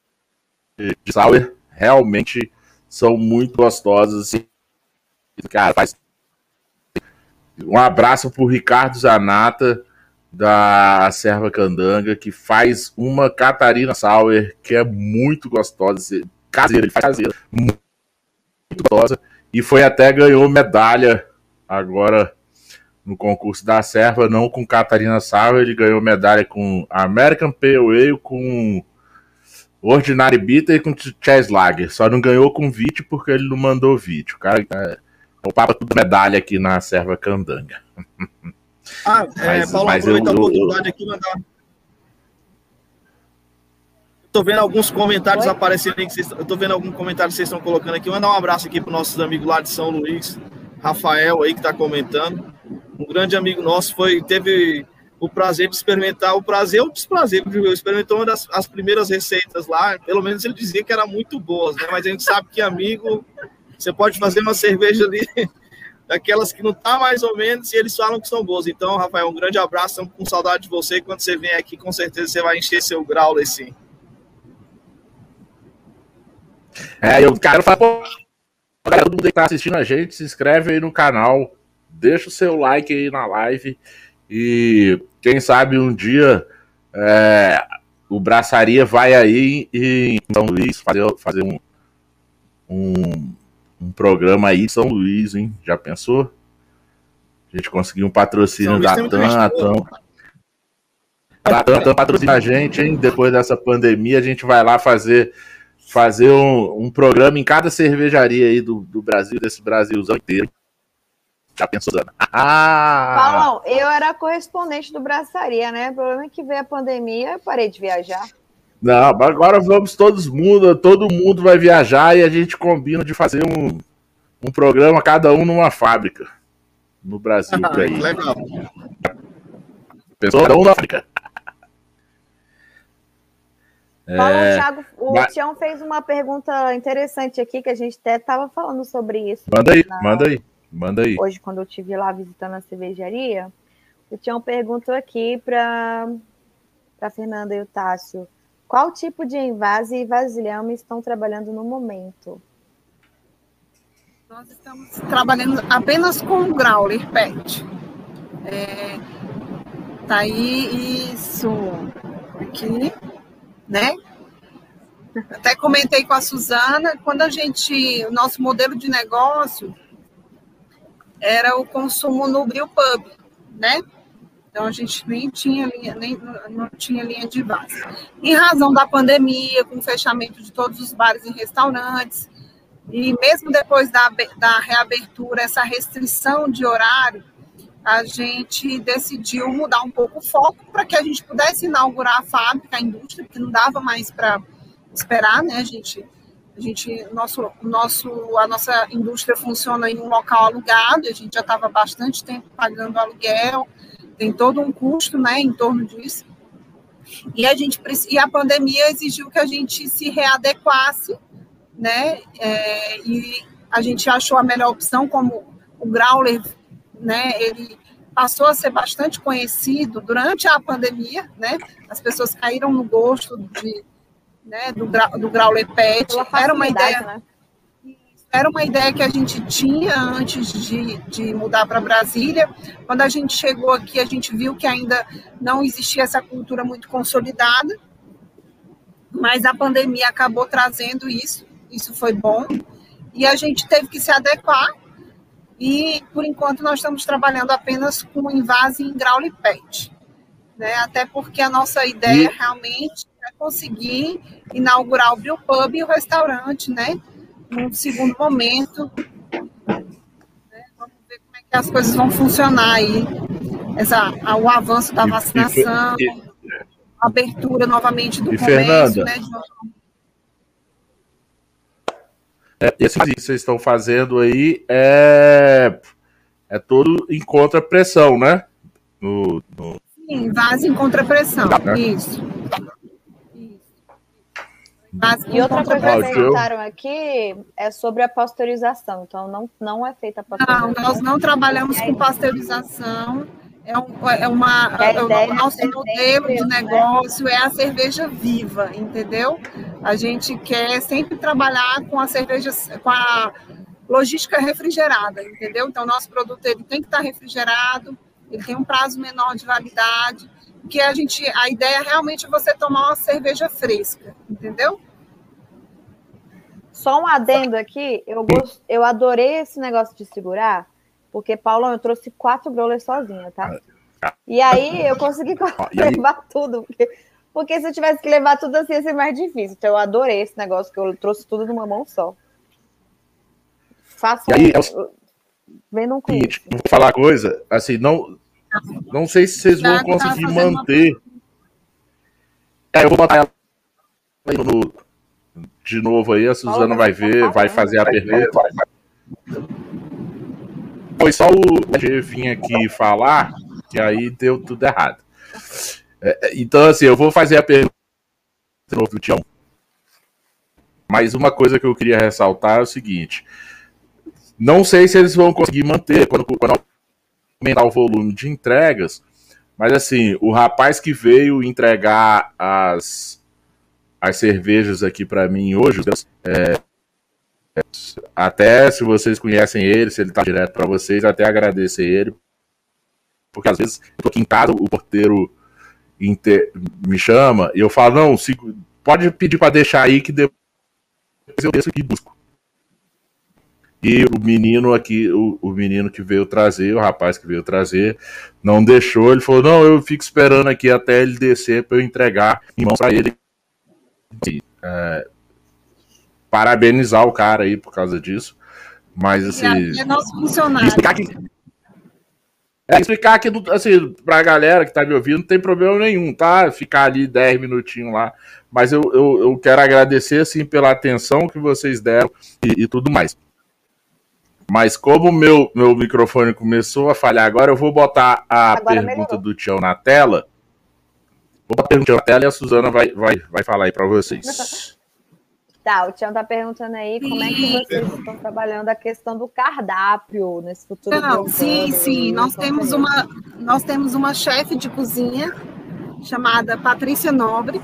de Sauer. Realmente são muito gostosas. Assim. Cara, faz. Um abraço pro Ricardo Zanata, da Serva Candanga, que faz uma Catarina Sauer que é muito gostosa. Caseira, ele faz caseira. Muito gostosa. E foi até ganhou medalha agora no concurso da Serva, não com Catarina Sauer, ele ganhou medalha com American Pale Ale, com Ordinary Bitter e com Chess Lager. Só não ganhou com Vit porque ele não mandou Vit. O cara é o papo tudo medalha aqui na Serva Candanga. Ah, é, mas, Paulo, mas aproveita eu, a oportunidade eu... aqui e mandar. Tô vendo alguns comentários Oi? aparecendo aí. Que vocês... Eu tô vendo algum comentário que vocês estão colocando aqui. Mandar um abraço aqui para nossos amigos lá de São Luís. Rafael aí que tá comentando. Um grande amigo nosso foi, teve o prazer de experimentar, o prazer ou o desprazer, porque experimentou uma das as primeiras receitas lá. Pelo menos ele dizia que era muito boas, né? Mas a gente sabe que, amigo, você pode fazer uma cerveja ali, daquelas que não tá mais ou menos, e eles falam que são boas. Então, Rafael, um grande abraço, estamos com saudade de você. Quando você vem aqui, com certeza você vai encher seu grauler, sim. É, eu quero falar, pô, galera, todo mundo que tá assistindo a gente, se inscreve aí no canal, deixa o seu like aí na live, e quem sabe um dia é, o Braçaria vai aí em São Luís fazer, fazer um, um, um programa aí em São Luís, hein? Já pensou? A gente conseguiu um patrocínio da TAM, a TAM. A TAM, a TAM patrocina a gente, hein? Depois dessa pandemia, a gente vai lá fazer, fazer um, um programa em cada cervejaria aí do, do Brasil, desse Brasilzão inteiro. Já pensou, Zana? Ah! Paulão, eu era correspondente do Braçaria, né? O problema é que veio a pandemia, eu parei de viajar. Não, agora vamos todos mundo, todo mundo vai viajar e a gente combina de fazer um, um programa, cada um numa fábrica no Brasil. Ah, aí. Legal. Pessoa, cada um na fábrica. Paulo, É, o Thiago, o mas- Tião fez uma pergunta interessante aqui, que a gente até estava falando sobre isso. Manda aí, na- manda aí, manda aí. Hoje, quando eu estive lá visitando a cervejaria, o Tião perguntou aqui para a Fernanda e o Tássio, qual tipo de envase e vasilhame estão trabalhando no momento? Nós estamos trabalhando apenas com o growler P E T. É, tá aí isso aqui, né? Até comentei com a Suzana, quando a gente, o nosso modelo de negócio era o consumo no brewpub, né? Então a gente nem tinha linha, nem não tinha linha de base. Em razão da pandemia, com o fechamento de todos os bares e restaurantes, e mesmo depois da, da reabertura, essa restrição de horário, a gente decidiu mudar um pouco o foco para que a gente pudesse inaugurar a fábrica, a indústria, porque não dava mais para esperar, né? A gente, a gente, nosso, nosso, a nossa indústria funciona em um local alugado, a gente já estava bastante tempo pagando aluguel, tem todo um custo, né, em torno disso. E a gente e a pandemia exigiu que a gente se readequasse, né? É, e a gente achou a melhor opção, como o growler, né? Ele passou a ser bastante conhecido durante a pandemia, né? As pessoas caíram no gosto de, né, do, do growler P E T. Era uma ideia, né? Era uma ideia que a gente tinha antes de, de mudar para Brasília. Quando a gente chegou aqui, a gente viu que ainda não existia essa cultura muito consolidada, mas a pandemia acabou trazendo isso, isso foi bom, e a gente teve que se adequar, e por enquanto nós estamos trabalhando apenas com envase em growler P E T, né? Até porque a nossa ideia E- realmente é conseguir inaugurar o brewpub e o restaurante, né? Num segundo momento, né? Vamos ver como é que as coisas vão funcionar aí, essa, o avanço da E- vacinação, e- a abertura novamente do E, comércio, Fernanda? né? De... É, esse que vocês estão fazendo aí é, é todo em contrapressão, né? No, no... Sim, vase em contrapressão, Tá, né? isso. Isso. Vase E outra coisa que Cláudio. perguntaram aqui é sobre a pasteurização. Então, não, não é feita a Não, pasteurização. nós não trabalhamos com pasteurização. É, um, é uma. A É o ideia nosso é modelo de sempre, negócio é a cerveja viva, entendeu? A gente quer sempre trabalhar com a cerveja, com a logística refrigerada, entendeu? Então, nosso produto ele tem que estar refrigerado, ele tem um prazo menor de validade, porque a gente, a ideia realmente é você tomar uma cerveja fresca, entendeu? Só um adendo aqui, eu, gost... eu adorei esse negócio de segurar, porque, Paulão, eu trouxe quatro growlers sozinha, tá? E aí eu consegui e aí? levar tudo, porque... porque se eu tivesse que levar tudo assim ia ser mais difícil. Então eu adorei esse negócio, que eu trouxe tudo numa mão só. Façam, E aí, é o vendam com seguinte, isso. vou falar uma coisa, assim, não, não sei se vocês vão Já que tava conseguir fazendo manter. É, eu vou botar ela aí no, de novo aí, a Suzana Fala, vai você tá ver, vai falando. fazer a pergunta. Foi só o G vir aqui falar, que aí deu tudo errado. É, então, assim, eu vou fazer a pergunta de novo, Tião. Mas uma coisa que eu queria ressaltar é o seguinte: não sei se eles vão conseguir manter quando, quando aumentar o volume de entregas, mas assim, o rapaz que veio entregar as, as cervejas aqui para mim hoje, é, até se vocês conhecem ele, se ele tá direto para vocês, até agradecer ele, porque às vezes eu tô aqui em casa, o porteiro inter... me chama e eu falo, não, se... pode pedir para deixar aí que depois eu desço aqui e busco. E o menino aqui, o, o menino que veio trazer, o rapaz que veio trazer, não deixou, ele falou, não, eu fico esperando aqui até ele descer para eu entregar em mãos para ele. E, é, parabenizar o cara aí por causa disso, mas assim... É nosso funcionário. Explicar que, É, explicar aqui, do, assim, pra galera que tá me ouvindo, não tem problema nenhum, tá? Ficar ali dez minutinhos lá. Mas eu, eu, eu quero agradecer, assim, pela atenção que vocês deram e, e tudo mais. Mas como o meu, meu microfone começou a falhar agora, eu vou botar a agora pergunta melhorou. do Tião na tela. Vou botar a pergunta na tela e a Suzana vai, vai, vai falar aí pra vocês. Tá, o Tião tá perguntando aí como é que vocês estão trabalhando a questão do cardápio nesse futuro. Não, sim, sim. Nós temos uma, nós temos uma chefe de cozinha chamada Patrícia Nobre.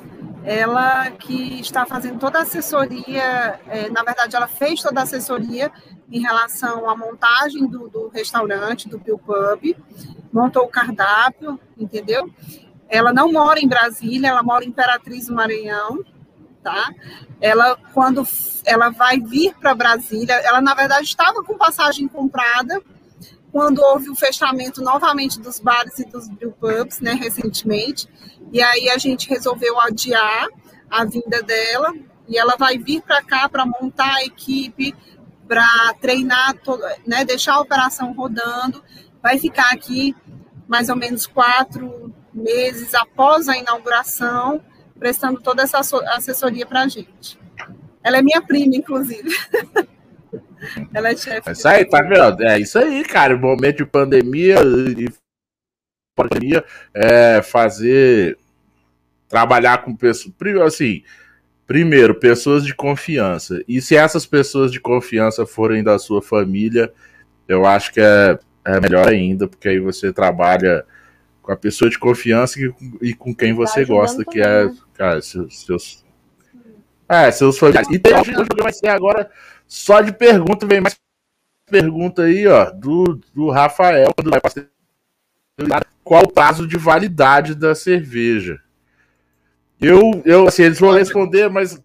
Ela que está fazendo toda a assessoria, é, na verdade, ela fez toda a assessoria em relação à montagem do, do restaurante, do Bill Pub, montou o cardápio, entendeu? Ela não mora em Brasília, ela mora em Imperatriz do Maranhão. Tá? Ela, quando ela vai vir para Brasília, ela, na verdade, estava com passagem comprada quando houve o fechamento novamente dos bares e dos brewpubs, né, recentemente, e aí a gente resolveu adiar a vinda dela, e ela vai vir para cá para montar a equipe, para treinar, todo, né, deixar a operação rodando, vai ficar aqui mais ou menos quatro meses após a inauguração, prestando toda essa assessoria para a gente. Ela é minha prima, inclusive. Ela é chefe. Isso aí, tá vendo? É isso aí, cara. No momento de pandemia e pandemia, é fazer... Trabalhar com pessoas... Assim, primeiro, pessoas de confiança. E se essas pessoas de confiança forem da sua família, eu acho que é, é melhor ainda, porque aí você trabalha com a pessoa de confiança e, e com quem você tá gosta, que é, né? Cara, seus, seus... É, seus familiares. E tem, hoje vai ser agora só de pergunta, vem mais pergunta aí, ó, do, do Rafael, quando vai passar, qual o prazo de validade da cerveja? Eu, eu assim, eles vão responder, mas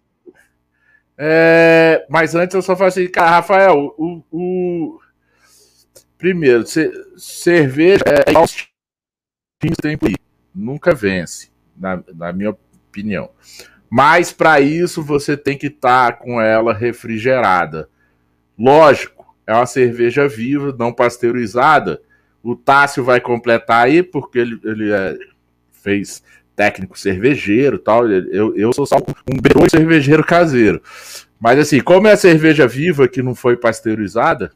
é, mas antes eu só falo assim, cara, Rafael, o, o primeiro, ce, cerveja é igual tempo aí, nunca vence, na, na minha opinião. Mas para isso você tem que estar tá com ela refrigerada. Lógico, é uma cerveja viva, não pasteurizada. O Tássio vai completar aí, porque ele, ele é, fez técnico cervejeiro e tal. Eu, eu sou só um bebê cervejeiro caseiro. Mas assim, como é a cerveja viva que não foi pasteurizada,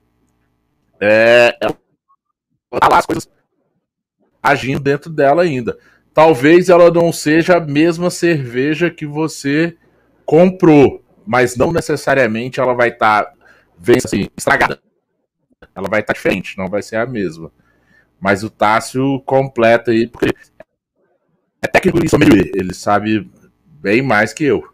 é, ela tá lá as coisas agindo dentro dela ainda. Talvez ela não seja a mesma cerveja que você comprou, mas não necessariamente ela vai estar tá, assim, estragada. Ela vai estar tá diferente, não vai ser a mesma. Mas o Tássio completa aí, porque é técnico e sommelier, ele sabe bem mais que eu.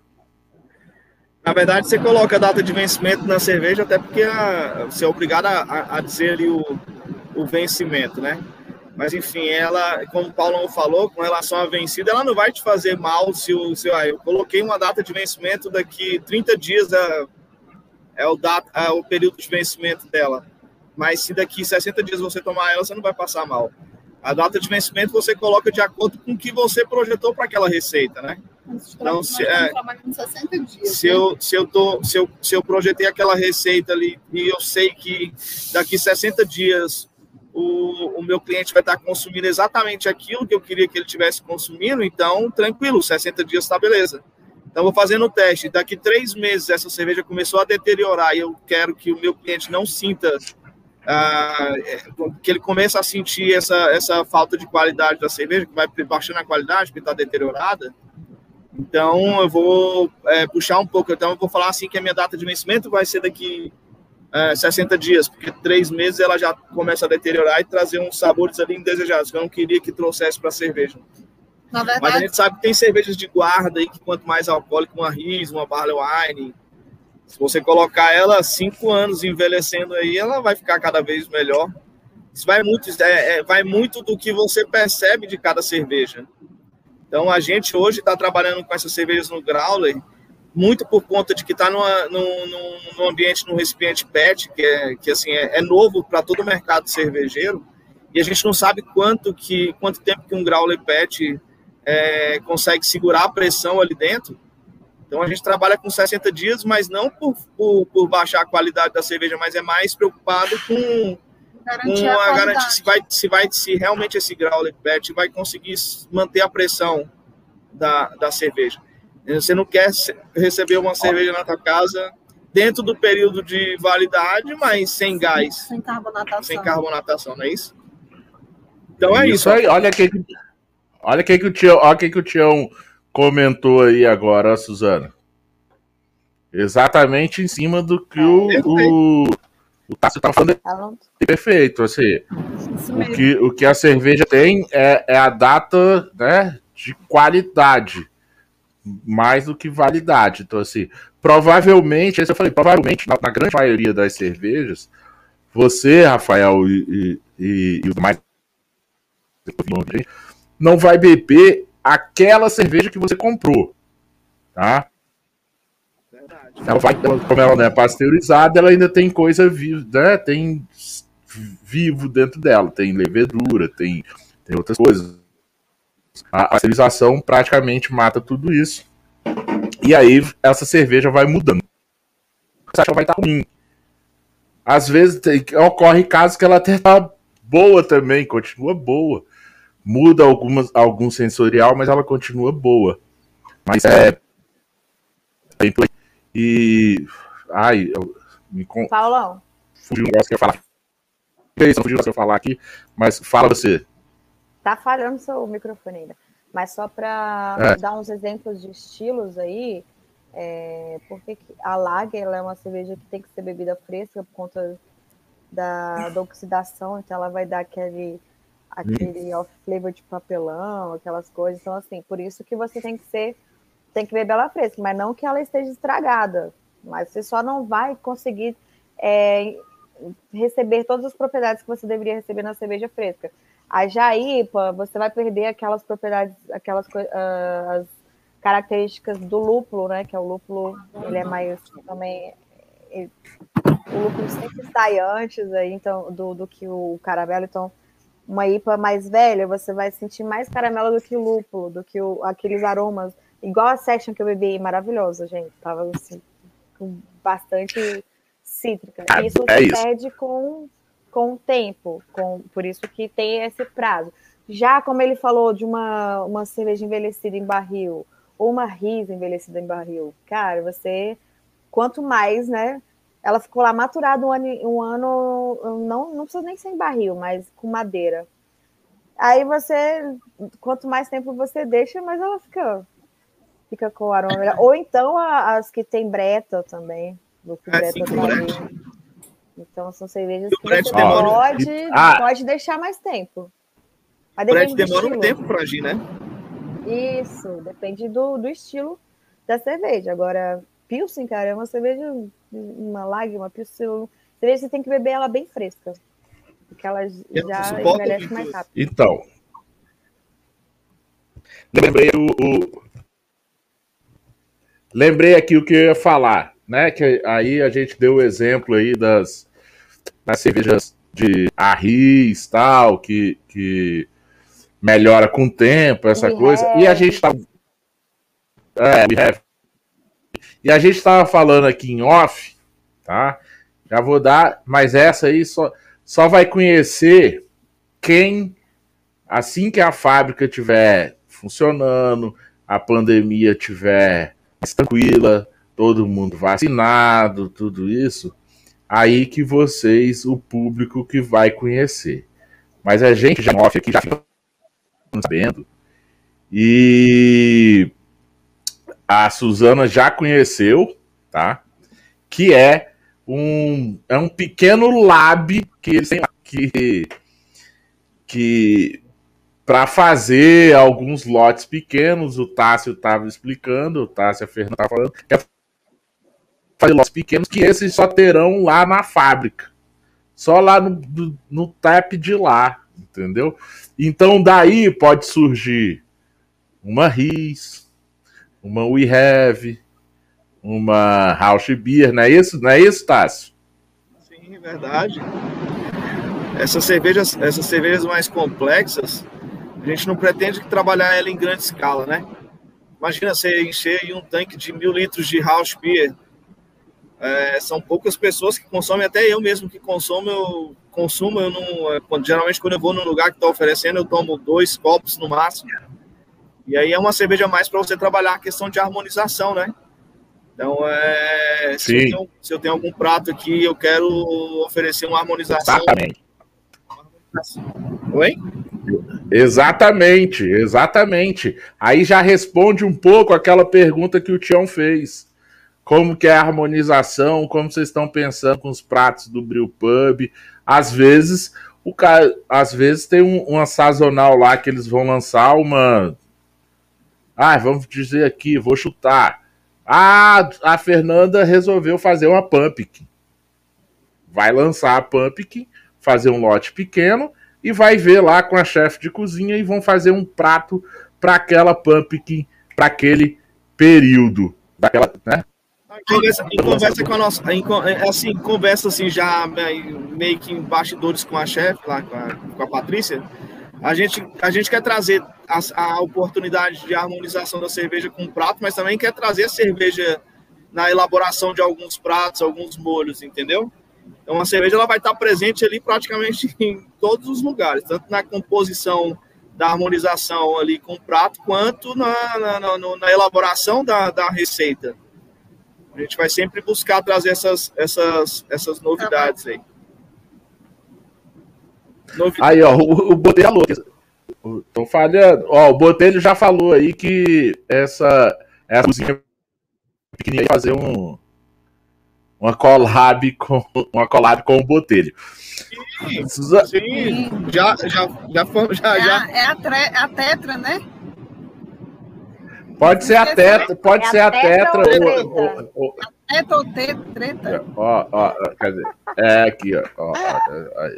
Na verdade, você coloca a data de vencimento na cerveja, até porque a, você é obrigado a, a dizer ali o, o vencimento, né? Mas, enfim, ela, como o Paulo falou, com relação à vencida, ela não vai te fazer mal se, o, se ah, eu coloquei uma data de vencimento daqui trinta dias, é, é, o, data, é o período de vencimento dela. Mas se daqui sessenta dias você tomar ela, você não vai passar mal. A data de vencimento você coloca de acordo com o que você projetou para aquela receita, né? Então, se, é, sessenta dias, se, eu, se, eu tô, se, eu, se eu projetei aquela receita ali e eu sei que daqui sessenta dias... O, o meu cliente vai estar consumindo exatamente aquilo que eu queria que ele estivesse consumindo, então, tranquilo, sessenta dias está beleza. Então, vou fazendo o teste. Daqui três meses, essa cerveja começou a deteriorar e eu quero que o meu cliente não sinta, ah, que ele comece a sentir essa, essa falta de qualidade da cerveja, que vai baixando a qualidade, porque está deteriorada. Então, eu vou é, puxar um pouco. Então, eu vou falar assim que a minha data de vencimento vai ser daqui... É, sessenta dias, porque três meses ela já começa a deteriorar e trazer uns sabores ali indesejados, que eu não queria que trouxesse para a cerveja. Na verdade... Mas a gente sabe que tem cervejas de guarda aí, que quanto mais alcoólico, uma Riesling, uma Barley Wine, se você colocar ela cinco anos envelhecendo aí, ela vai ficar cada vez melhor. Isso vai muito, é, é, vai muito do que você percebe de cada cerveja. Então a gente hoje está trabalhando com essas cervejas no Growler, muito por conta de que está num, num ambiente, num recipiente P E T, que, é, que assim, é, é novo para todo o mercado cervejeiro, e a gente não sabe quanto, que, quanto tempo que um growler P E T é, consegue segurar a pressão ali dentro. Então a gente trabalha com sessenta dias, mas não por, por, por baixar a qualidade da cerveja, mas é mais preocupado com, Garantir uma a garantia se vai, se vai se realmente esse growler pet vai conseguir manter a pressão da, da cerveja. Você não quer receber uma cerveja na tua casa dentro do período de validade, mas sem gás. Sem carbonatação. Sem carbonatação, não é isso? Então é isso. Isso aí, olha que olha que que o Tião, olha que que o Tião comentou aí agora, ó, Suzana. Exatamente em cima do que o, o, o Tássio estava falando. É perfeito, assim. O que, o que a cerveja tem é, é a data, né, de qualidade, mais do que validade. Então, assim, provavelmente, isso eu falei, provavelmente, na, na grande maioria das cervejas, você, Rafael, e, e, e os demais não vai beber aquela cerveja que você comprou, tá? Ela vai, como ela não é pasteurizada, ela ainda tem coisa viva, né? Tem vivo dentro dela, tem levedura, tem, tem outras coisas. A, a pasteurização praticamente mata tudo isso. E aí essa cerveja vai mudando. Você acha que vai estar ruim. Às vezes tem, ocorre casos que ela até tá boa também, continua boa. Muda algumas, algum sensorial, mas ela continua boa. Mas é... E... Ai, eu... Me con... Paulão. Fugiu um negócio que eu ia falar. Não fugiu um negócio que eu ia falar aqui, mas fala você. Tá falhando seu microfone ainda. Mas só para é. dar uns exemplos de estilos aí, é... porque a Lager ela é uma cerveja que tem que ser bebida fresca por conta da, da oxidação, então ela vai dar aquele... aquele off flavor de papelão, aquelas coisas. Então, assim, por isso que você tem que ser, tem que beber ela fresca, mas não que ela esteja estragada. Mas você só não vai conseguir é, receber todas as propriedades que você deveria receber na cerveja fresca. A Jaipa, você vai perder aquelas propriedades, aquelas uh, as características do lúpulo, né? Que é o lúpulo, ele é mais também... Ele, o lúpulo sempre sai antes aí, então, do, do que o caramelo, então... Uma I P A mais velha, você vai sentir mais caramelo do que o lúpulo, do que o, aqueles aromas. Igual a Session que eu bebi, maravilhosa, gente. Tava assim, com bastante cítrica. Ah, isso é se isso. perde com, com o tempo, com, por isso que tem esse prazo. Já como ele falou de uma, uma cerveja envelhecida em barril, ou uma Riesling envelhecida em barril, cara, você, quanto mais, né? Ela ficou lá maturada um ano, um ano não, não precisa nem ser em barril, mas com madeira. Aí você, quanto mais tempo você deixa, mais ela fica, fica com o aroma melhor. Ou então as que tem breta também. Do que é, breta sim, também. Então são cervejas que você pode, ah. pode deixar mais tempo. Mas o brete demora um tempo para agir, né? Isso, depende do, do estilo da cerveja. Agora, Pilsen, cara, é uma cerveja, uma lager, uma Pilsen, cerveja você tem que beber ela bem fresca, porque ela já envelhece mais rápido. Então, lembrei o, o... lembrei aqui o que eu ia falar, né? Que aí a gente deu o exemplo aí das, das cervejas de arris, tal, que, que melhora com o tempo, essa we coisa. Have. E a gente tá... É, we have. E a gente estava falando aqui em off, tá? Já vou dar, mas essa aí só, só vai conhecer quem, assim que a fábrica estiver funcionando, a pandemia estiver mais tranquila, todo mundo vacinado, tudo isso, aí que vocês, o público que vai conhecer. Mas a gente já em off aqui já fica sabendo. E... a Suzana já conheceu, tá? Que é um, é um pequeno lab que eles têm que, que para fazer alguns lotes pequenos, o Tássio estava explicando, o Tássio e a Fernanda estavam falando, que é fazer lotes pequenos que esses só terão lá na fábrica. Só lá no, no, no tap de lá, entendeu? Então daí pode surgir uma Ries, uma We Have, uma House Beer, não é isso, não é isso, Tássio? Sim, é verdade. Essas cervejas, essas cervejas mais complexas, a gente não pretende trabalhar ela em grande escala, né? Imagina você encher um tanque de mil litros de House Beer É, são poucas pessoas que consomem, até eu mesmo que consumo, eu consumo, eu não, quando, geralmente quando eu vou num lugar que está oferecendo, eu tomo dois copos no máximo. E aí é uma cerveja a mais para você trabalhar a questão de harmonização, né? Então, é, se, eu tenho, se eu tenho algum prato aqui, eu quero oferecer uma harmonização. Exatamente. Oi? Exatamente, exatamente. Aí já responde um pouco aquela pergunta que o Tião fez. Como que é a harmonização, como vocês estão pensando com os pratos do Brewpub. Às vezes, o cara, às vezes tem um, uma sazonal lá que eles vão lançar uma... Ah, vamos dizer aqui, vou chutar. Ah, a Fernanda resolveu fazer uma pumpkin. Vai lançar a pumpkin, fazer um lote pequeno e vai ver lá com a chefe de cozinha e vão fazer um prato para aquela pumpkin, para aquele período. Daquela, né? Conversa, em conversa com a nossa, em, assim, conversa assim já meio que em bastidores com a chefe lá, com a, com a Patrícia. A gente, a gente quer trazer a, a oportunidade de harmonização da cerveja com o prato, mas também quer trazer a cerveja na elaboração de alguns pratos, alguns molhos, entendeu? Então a cerveja ela vai estar presente ali praticamente em todos os lugares, tanto na composição da harmonização ali com o prato, quanto na, na, na, na elaboração da, da receita. A gente vai sempre buscar trazer essas, essas, essas novidades aí. Aí, ó, o, o Botelho falou. Tô falhando. Ó, o Botelho já falou aí que essa, essa cozinha pequenininha ia fazer um, uma collab com, uma collab com o Botelho. Sim, sim. Já, já, já, já, é, já. A, é a, tre, a Tetra, né? Pode ser a Tetra, pode é ser a Tetra. Tetra ou, ou, ou, Tetra ou Treta. Ó, ó, quer dizer, é aqui, ó. ó, ó aí.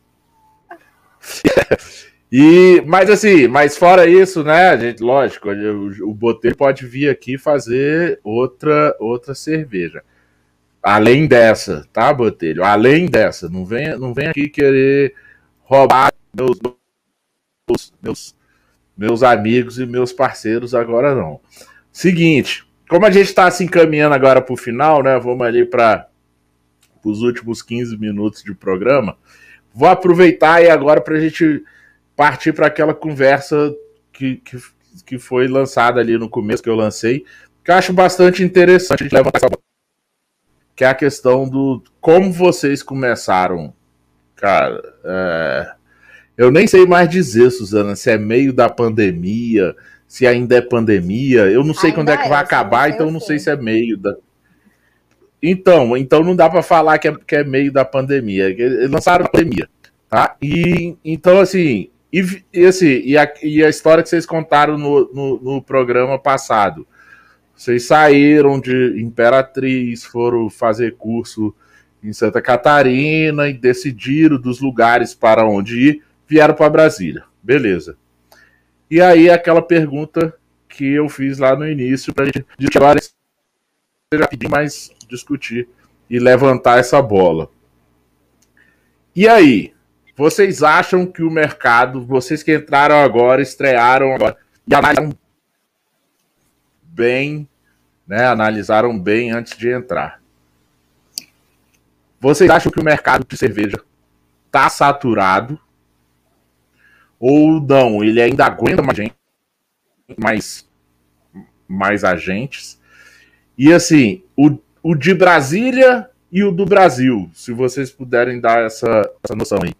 E, mas assim, mas fora isso, né, gente, lógico, o, o Botelho pode vir aqui fazer outra, outra cerveja. Além dessa, tá, Botelho? Além dessa, não vem, não vem aqui querer roubar meus, meus, meus, meus amigos e meus parceiros agora, não. Seguinte, como a gente está se encaminhando agora para o final, né, vamos ali para os últimos quinze minutos de programa. Vou aproveitar aí agora para a gente partir para aquela conversa que, que, que foi lançada ali no começo, que eu lancei, que eu acho bastante interessante a gente levantar essa bola, que é a questão do como vocês começaram, cara. É, eu nem sei mais dizer, Suzana, se é meio da pandemia, se ainda é pandemia. Eu não sei ainda quando é que é, vai acabar, então eu não sei sei. se é meio da... Então, então não dá para falar que é, que é meio da pandemia. Eles lançaram a pandemia, tá? E então, assim, e, e, assim, e, a, e a história que vocês contaram no, no, no programa passado. Vocês saíram de Imperatriz, foram fazer curso em Santa Catarina e decidiram dos lugares para onde ir, vieram para Brasília. Beleza. E aí aquela pergunta que eu fiz lá no início para a gente agora já pedi mais discutir e levantar essa bola. E aí, vocês acham que o mercado, vocês que entraram agora, estrearam agora, e analisaram bem, né, analisaram bem antes de entrar. Vocês acham que o mercado de cerveja está saturado? Ou não, ele ainda aguenta mais gente, mais, mais agentes? E assim, o, o de Brasília e o do Brasil, se vocês puderem dar essa, essa noção aí.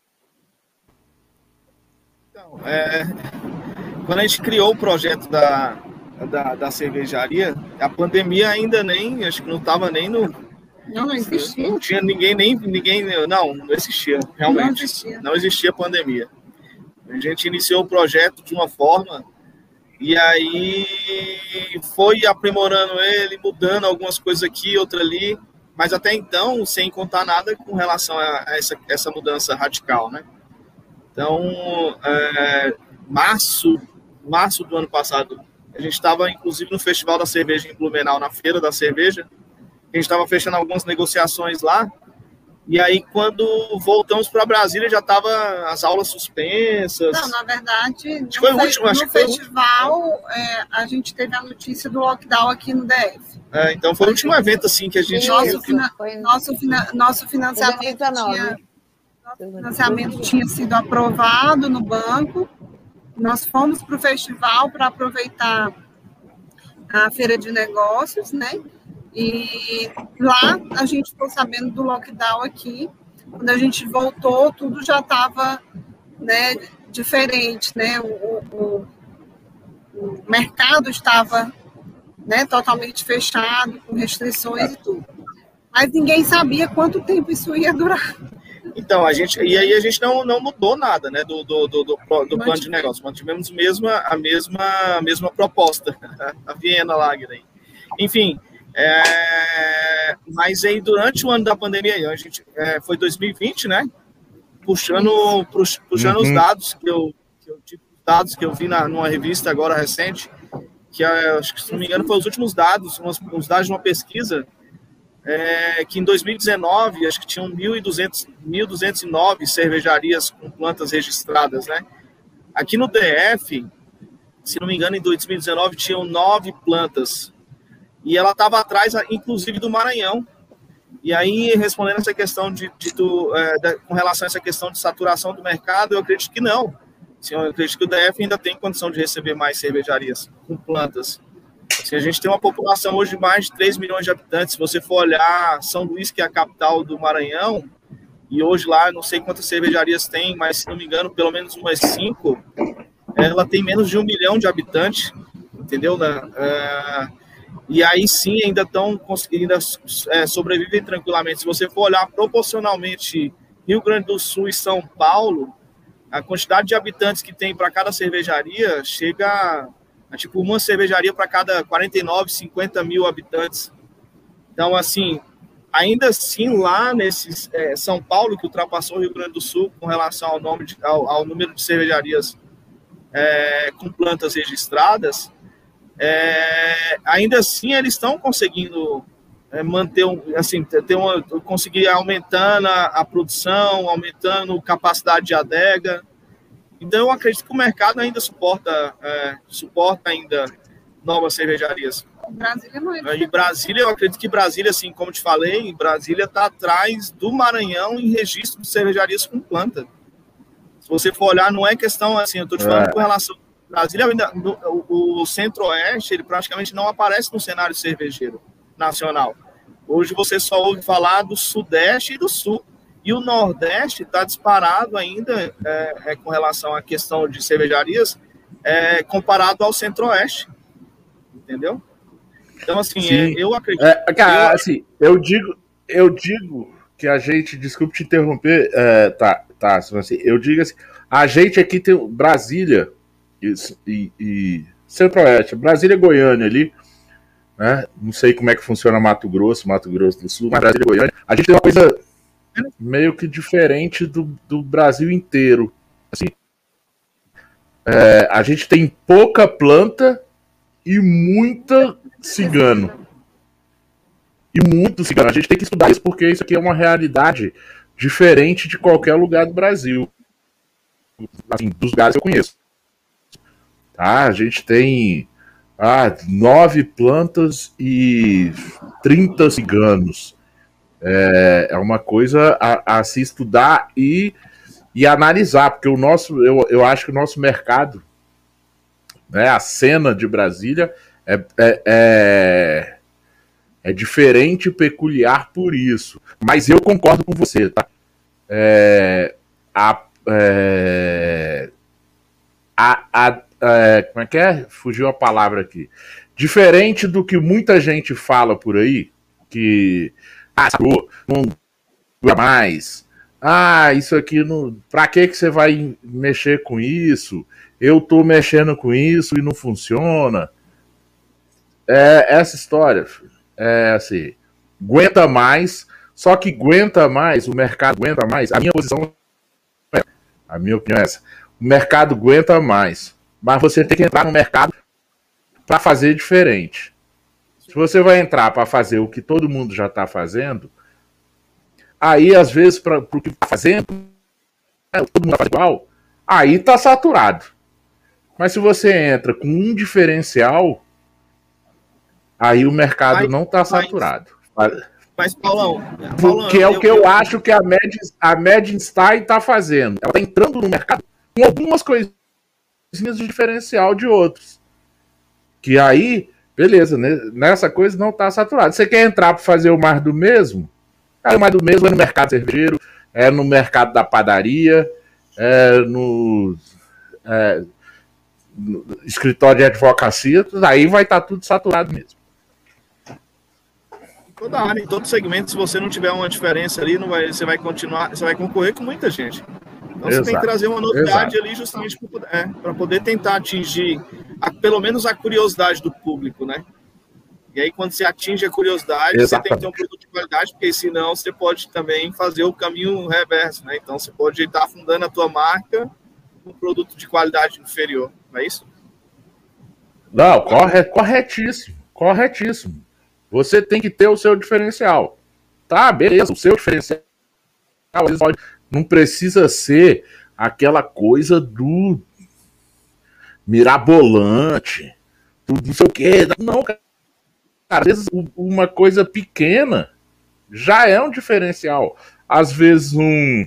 Então, é, quando a gente criou o projeto da, da, da cervejaria, a pandemia ainda nem, acho que não estava nem no... Não, não existia. Não tinha ninguém, nem ninguém, não, não existia, realmente. Não existia. Não existia pandemia. A gente iniciou o projeto de uma forma e aí foi aprimorando ele, mudando algumas coisas aqui, outra ali, mas até então sem contar nada com relação a essa, essa mudança radical, né? Então, é, março, março do ano passado, a gente estava inclusive no Festival da Cerveja em Blumenau, na Feira da Cerveja, a gente estava fechando algumas negociações lá E aí, quando voltamos para Brasília, já estavam as aulas suspensas. Não, na verdade, no, foi o último, acho no que foi festival, é, a gente teve a notícia do lockdown aqui no D F. É, então foi o último evento assim que a gente... Nosso, fina, nosso, fina, nosso financiamento, tinha, nosso financiamento tinha sido aprovado no banco. Nós fomos para o festival para aproveitar a feira de negócios, né? E lá a gente ficou sabendo do lockdown aqui. Quando a gente voltou, tudo já estava, né, diferente, né? O, o, o mercado estava, né, totalmente fechado, com restrições e tudo. Mas ninguém sabia quanto tempo isso ia durar. Então, a gente, e aí a gente não, não mudou nada, né, do, do, do, do, do plano de negócio. Mantivemos mesma, a, mesma, a mesma proposta, a Viena Lager. Enfim, é, mas aí durante o ano da pandemia, a gente, é, foi dois mil e vinte, né, puxando, puxando uhum. os dados que eu, que eu tive, dados que eu vi na, numa revista agora recente, que acho que, se não me engano, foram os últimos dados, uns, uns dados de uma pesquisa, É, que em dois mil e dezenove, acho que tinham mil duzentos e nove cervejarias com plantas registradas, né? Aqui no D F, se não me engano, em dois mil e dezenove tinham nove plantas. E ela estava atrás, inclusive, do Maranhão. E aí, respondendo essa questão de, de, de, é, de, com relação a essa questão de saturação do mercado, eu acredito que não. Assim, eu acredito que o D F ainda tem condição de receber mais cervejarias com plantas. Assim, a gente tem uma população hoje de mais de três milhões de habitantes. Se você for olhar São Luís, que é a capital do Maranhão, e hoje lá, não sei quantas cervejarias tem, mas, se não me engano, pelo menos umas cinco, ela tem menos de um milhão de habitantes, entendeu? É, e aí sim, ainda, tão, ainda é, sobrevivem tranquilamente. Se você for olhar proporcionalmente Rio Grande do Sul e São Paulo, a quantidade de habitantes que tem para cada cervejaria chega a É tipo uma cervejaria para cada quarenta e nove, cinquenta mil habitantes. Então, assim, ainda assim, lá nesse é, São Paulo, que ultrapassou o Rio Grande do Sul com relação ao, nome de, ao, ao número de cervejarias é, com plantas registradas, é, ainda assim eles estão conseguindo é, manter, um, assim, ter uma, conseguir aumentando a, a produção, aumentando a capacidade de adega. Então, eu acredito que o mercado ainda suporta, é, suporta ainda novas cervejarias. Brasília não é. E Brasília, eu acredito que Brasília, assim, como te falei, Brasília está atrás do Maranhão em registro de cervejarias com planta. Se você for olhar, não é questão, assim, eu estou te falando é. com relação... Brasília, ainda, o, o Centro-Oeste, ele praticamente não aparece no cenário cervejeiro nacional. Hoje você só ouve falar do Sudeste e do Sul. E o Nordeste está disparado ainda é, é, com relação à questão de cervejarias, é, comparado ao Centro-Oeste. Entendeu? Então, assim, é, eu acredito... É, cara, eu, assim, eu digo, eu digo que a gente... Desculpe te interromper, é, tá, tá, assim, eu digo assim, a gente aqui tem Brasília e, e, e Centro-Oeste, Brasília e Goiânia ali, né? Não sei como é que funciona Mato Grosso, Mato Grosso do Sul, mas Brasília e Goiânia, a gente tem uma coisa... meio que diferente do, do Brasil inteiro. Assim, é, a gente tem pouca planta e muita cigano. E muito cigano. A gente tem que estudar isso porque isso aqui é uma realidade diferente de qualquer lugar do Brasil. Assim, dos lugares que eu conheço. Tá? A gente tem ah, nove plantas e trinta ciganos. É, é uma coisa a, a se estudar e, e analisar, porque o nosso, eu, eu acho que o nosso mercado, né, a cena de Brasília é, é, é, é diferente e peculiar por isso. Mas eu concordo com você, tá? É, a, é, a, a, é, como é que é? Fugiu a palavra aqui. Diferente do que muita gente fala por aí, que ah, não dura mais. Ah, isso aqui não. Pra que que você vai mexer com isso? Eu tô mexendo com isso e não funciona. É essa história. É assim. Aguenta mais. Só que aguenta mais, o mercado aguenta mais. A minha posição é. A minha opinião é essa. O mercado aguenta mais. Mas você tem que entrar no mercado para fazer diferente. Se você vai entrar para fazer o que todo mundo já está fazendo, Aí, às vezes, para o que está fazendo, né, todo mundo faz igual, aí tá saturado. Mas se você entra com um diferencial, aí o mercado mas, não está saturado. Mas, mas Paulão, Paulão... Que é o que eu, eu acho que a Medin, a Medinstein está fazendo. Ela está entrando no mercado com algumas coisinhas de diferencial de outros. Que aí, beleza, né? Nessa coisa não está saturado. Você quer entrar para fazer o mais do mesmo? É o mais do mesmo é no mercado cervejeiro, é no mercado da padaria, é no... É, escritório de advocacia, aí vai estar tá tudo saturado mesmo. Toda área, em todo segmento, se você não tiver uma diferença ali, não vai, você vai continuar, você vai concorrer com muita gente. Então Exato. Você tem que trazer uma novidade Exato. ali justamente para é, para poder tentar atingir a, pelo menos a curiosidade do público, né? E aí quando você atinge a curiosidade, Exatamente. Você tem que ter um produto de qualidade, porque senão você pode também fazer o caminho reverso, né? Então você pode estar afundando a tua marca um produto de qualidade inferior, não é isso? Não, corre, corretíssimo, corretíssimo. Você tem que ter o seu diferencial. Tá, beleza, o seu diferencial não precisa ser aquela coisa do mirabolante, do não sei o quê. Não, cara. Às vezes uma coisa pequena já é um diferencial. Às vezes um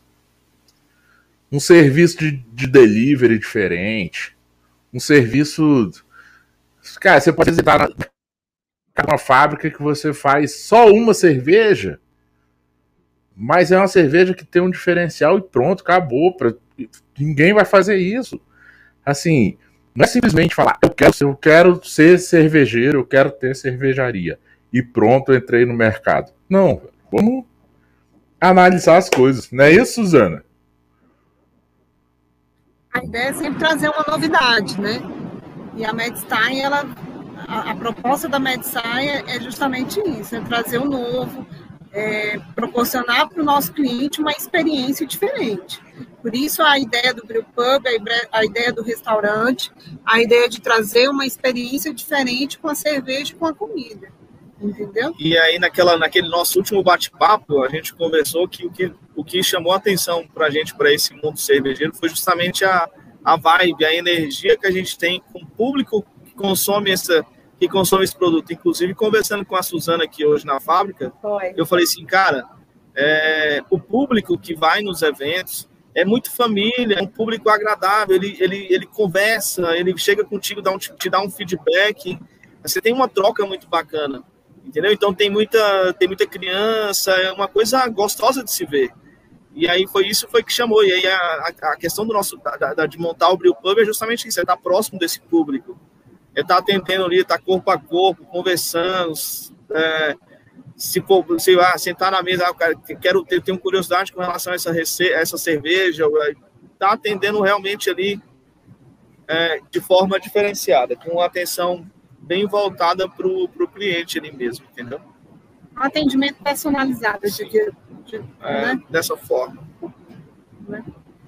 um serviço de, de delivery diferente, um serviço... Cara, você pode visitar uma fábrica que você faz só uma cerveja, mas é uma cerveja que tem um diferencial e pronto, acabou. Pra... Ninguém vai fazer isso. Assim, não é simplesmente falar, eu quero, eu quero ser cervejeiro, eu quero ter cervejaria, e pronto, eu entrei no mercado. Não, vamos analisar as coisas. Não é isso, Suzana? A ideia é sempre trazer uma novidade, né? E a Medstein, ela, a, a proposta da Medstein é, é justamente isso, é trazer o novo, é, proporcionar para o nosso cliente uma experiência diferente. Por isso a ideia do brewpub, a, a ideia do restaurante, a ideia de trazer uma experiência diferente com a cerveja e com a comida. Entendeu? E aí, naquela, naquele nosso último bate-papo, a gente conversou que o que, o que chamou a atenção para a gente, para esse mundo cervejeiro, foi justamente a, a vibe, a energia que a gente tem com o público que consome, essa, que consome esse produto. Inclusive, conversando com a Suzana aqui hoje na fábrica, foi. Eu falei assim, cara, é, o público que vai nos eventos é muito família, é um público agradável, ele, ele, ele conversa, ele chega contigo, dá um, te dá um feedback, você tem uma troca muito bacana. Entendeu? Então tem muita, tem muita criança, é uma coisa gostosa de se ver. E aí foi isso foi que chamou. E aí a, a questão do nosso, da, da, de montar o brewpub é justamente isso, é estar próximo desse público. É estar atendendo ali, estar corpo a corpo, conversando, é, se for, sei lá, sentar na mesa, ah, cara, quero ter, tenho curiosidade com relação a essa, rece- essa cerveja, estar atendendo realmente ali é, de forma diferenciada, com atenção bem voltada para o cliente ali mesmo, entendeu? Um atendimento personalizado, de, de, de, é, né? Dessa forma. Né?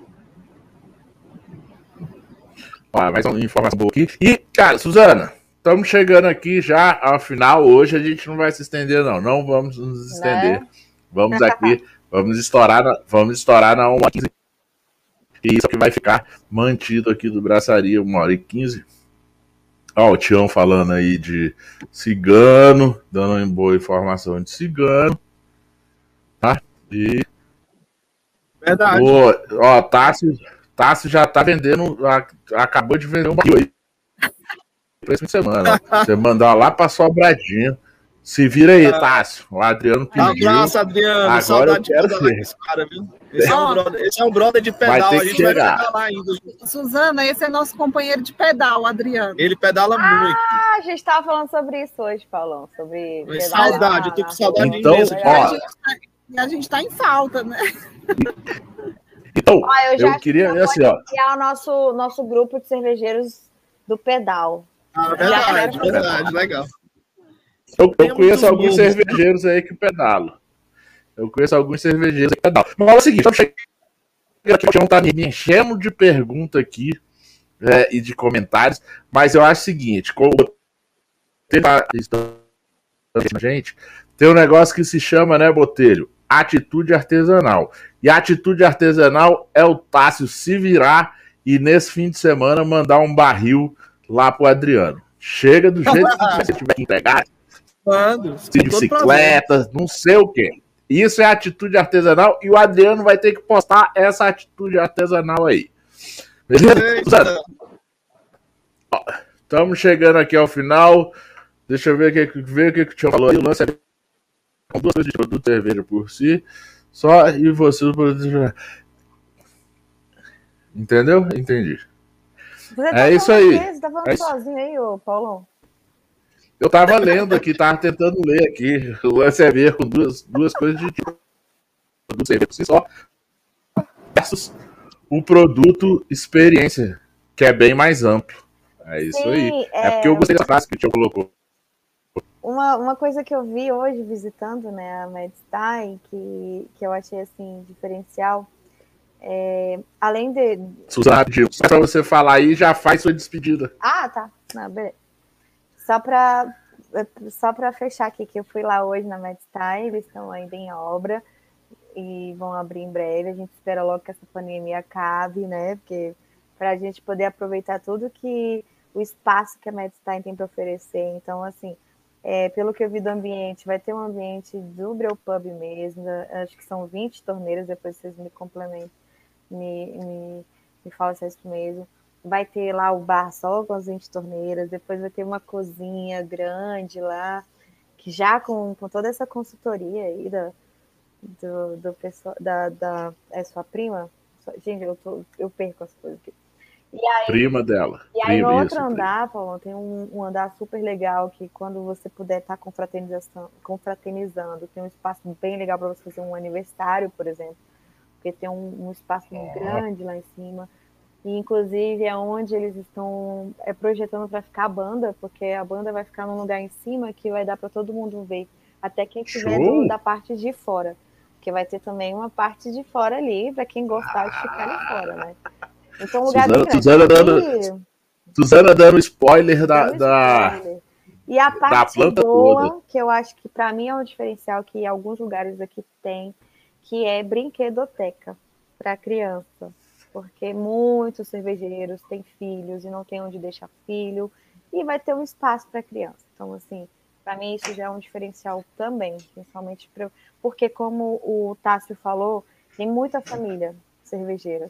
Ó, mais uma informação boa aqui. E, cara, Suzana, estamos chegando aqui já ao final. Hoje a gente não vai se estender, não. Não vamos nos estender. Né? Vamos aqui, vamos estourar na, vamos estourar na uma hora e quinze. E isso que vai ficar mantido aqui do Braçaria, uma hora e quinze. Ó, o Tião falando aí de cigano, dando uma boa informação de cigano. Tá? E. Verdade. Ó, ó Tássio, Tássio já tá vendendo, acabou de vender um barril aí. Pra esse fim de semana. Você mandar lá pra Sobradinho. Se vira aí, Tássio. O Adriano pediu. Abraço, Adriano. Agora saudade eu quero de pedalar com esse cara, viu? Esse é, um brother, esse é um brother de pedal. Vai a gente vai chegar. pedalar ainda. Suzana, esse é nosso companheiro de pedal, Adriano. Ele pedala ah, muito. Ah, a gente tava falando sobre isso hoje, Paulão. Sobre Mas saudade, eu tô com saudade então, imensa. Ó, e a gente tá em falta, né? Então, ó, eu, já eu queria, que assim, ó. criar o nosso, nosso grupo de cervejeiros do pedal. Ah, verdade, verdade, legal. Eu, eu conheço alguns mundos, cervejeiros aí que pedalam. Eu conheço alguns cervejeiros aí que pedalam. Mas olha o seguinte, estamos chegando aqui, não tá me enchendo de pergunta aqui é, e de comentários, mas eu acho o seguinte, como tem, gente, tem um negócio que se chama, né, Botelho, Atitude Artesanal. E a Atitude Artesanal é o Tássio se virar e nesse fim de semana mandar um barril lá pro Adriano. Chega do jeito que você tiver que entregar. Mando. De bicicleta, não sei o quê. Isso é atitude artesanal e o Adriano vai ter que postar essa atitude artesanal aí. Beleza? Estamos chegando aqui ao final. Deixa eu ver o que, ver o que o Tião falou aí. O lance é com duas coisas de produto de cerveja por si. Só e você. Entendeu? Entendi. Você é tá isso aí. Você tá falando é sozinho aí, ô Paulão? Eu tava lendo aqui, tava tentando ler aqui. O lance é ver com duas, duas coisas de produto cerveja por si só. Versus o produto experiência, que é bem mais amplo. É isso Sim, aí. É... é porque eu gostei da frase que o Tio colocou. Uma, uma coisa que eu vi hoje visitando, né, a MedSty, que, que eu achei assim diferencial, é, além de... Suzana, só para você falar aí, já faz sua despedida. Ah, tá. Não, beleza. Só para só para fechar aqui, que eu fui lá hoje na MedSty, eles estão ainda em obra e vão abrir em breve. A gente espera logo que essa pandemia acabe, né? Porque para a gente poder aproveitar tudo que o espaço que a MedSty tem para oferecer. Então, assim, é, pelo que eu vi do ambiente, vai ter um ambiente do Brewpub mesmo. Acho que são vinte torneiras, depois vocês me complementam, me, me, me falam se é isso mesmo. Vai ter lá o bar só com as vinte torneiras, depois vai ter uma cozinha grande lá, que já com, com toda essa consultoria aí da, do, do pessoal, da, da... É sua prima? Gente, eu, tô, eu perco as coisas aqui. E aí, prima dela. E aí prima, no outro isso, andar, Paulo, tem um, um andar super legal, que quando você puder estar tá confraternizando, confraternizando, tem um espaço bem legal para você fazer um aniversário, por exemplo, porque tem um, um espaço oh. grande lá em cima. E, inclusive, é onde eles estão é, projetando para ficar a banda, porque a banda vai ficar num lugar em cima que vai dar para todo mundo ver, até quem estiver do, da parte de fora, porque vai ter também uma parte de fora ali, para quem gostar de ficar ali fora, né? Então, um lugar Suzana, bem Suzana dando, Suzana dando spoiler da, dando da, spoiler. E a parte boa, toda. Que eu acho que para mim é um diferencial que alguns lugares aqui tem, que é brinquedoteca para criança. Porque muitos cervejeiros têm filhos e não tem onde deixar filho, e vai ter um espaço para criança. Então, assim, para mim isso já é um diferencial também, principalmente pra, porque, como o Tássio falou, tem muita família cervejeira.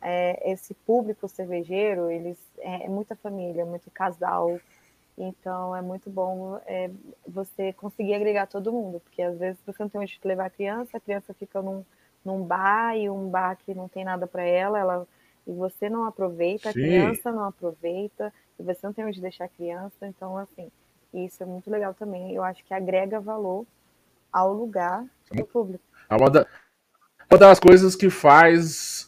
É, esse público cervejeiro, eles é, é muita família, muito casal, então é muito bom é, você conseguir agregar todo mundo, porque às vezes você não tem onde levar a criança, a criança fica num num bar, e um bar que não tem nada para ela, ela, e você não aproveita, a Sim. criança não aproveita, e você não tem onde deixar a criança, então, assim, isso é muito legal também, eu acho que agrega valor ao lugar do público. É uma, da, uma das coisas que faz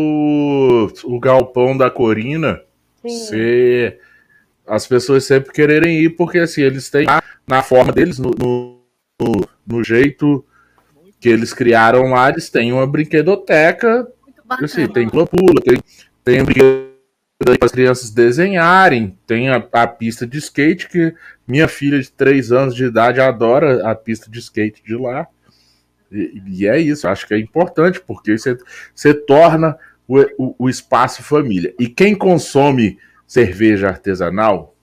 o, o galpão da Corina Sim. ser as pessoas sempre quererem ir, porque, assim, eles têm na, na forma deles, no, no, no, no jeito que eles criaram lá, eles têm uma brinquedoteca, assim, tem pula-pula, tem, tem um brinquedo para as crianças desenharem, tem a, a pista de skate, que minha filha de três anos de idade adora a pista de skate de lá, e, e é isso, acho que é importante, porque você, você torna o, o, o espaço família, e quem consome cerveja artesanal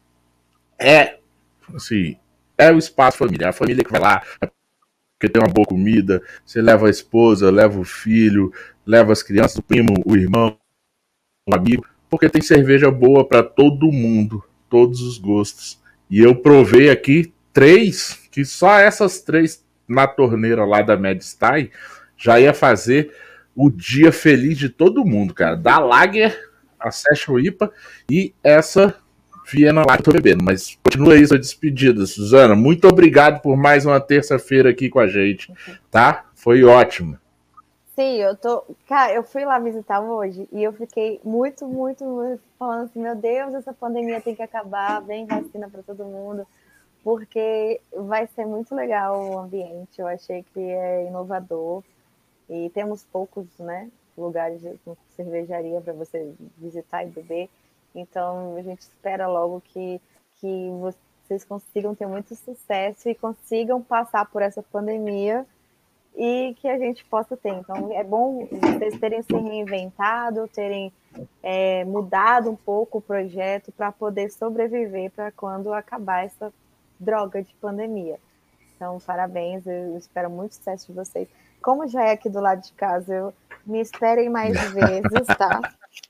é, assim, é o espaço família, é a família que vai lá, porque tem uma boa comida, você leva a esposa, leva o filho, leva as crianças, o primo, o irmão, o amigo, porque tem cerveja boa para todo mundo, todos os gostos. E eu provei aqui três, que só essas três na torneira lá da MedSty já ia fazer o dia feliz de todo mundo, cara. Da Lager, a Session I P A e essa Viena lá que eu tô bebendo, mas continua aí sua despedida, Suzana. Muito obrigado por mais uma terça-feira aqui com a gente, tá? Foi ótimo. Sim, eu tô... Cara, eu fui lá visitar hoje e eu fiquei muito, muito, muito falando assim, meu Deus, essa pandemia tem que acabar, vem vacina para todo mundo, porque vai ser muito legal o ambiente, eu achei que é inovador e temos poucos, né, lugares de cervejaria para você visitar e beber. Então, a gente espera logo que, que vocês consigam ter muito sucesso e consigam passar por essa pandemia e que a gente possa ter. Então, é bom vocês terem se reinventado, terem é, mudado um pouco o projeto para poder sobreviver para quando acabar essa droga de pandemia. Então, parabéns, eu espero muito sucesso de vocês. Como já é aqui do lado de casa, eu, me esperem mais vezes, tá?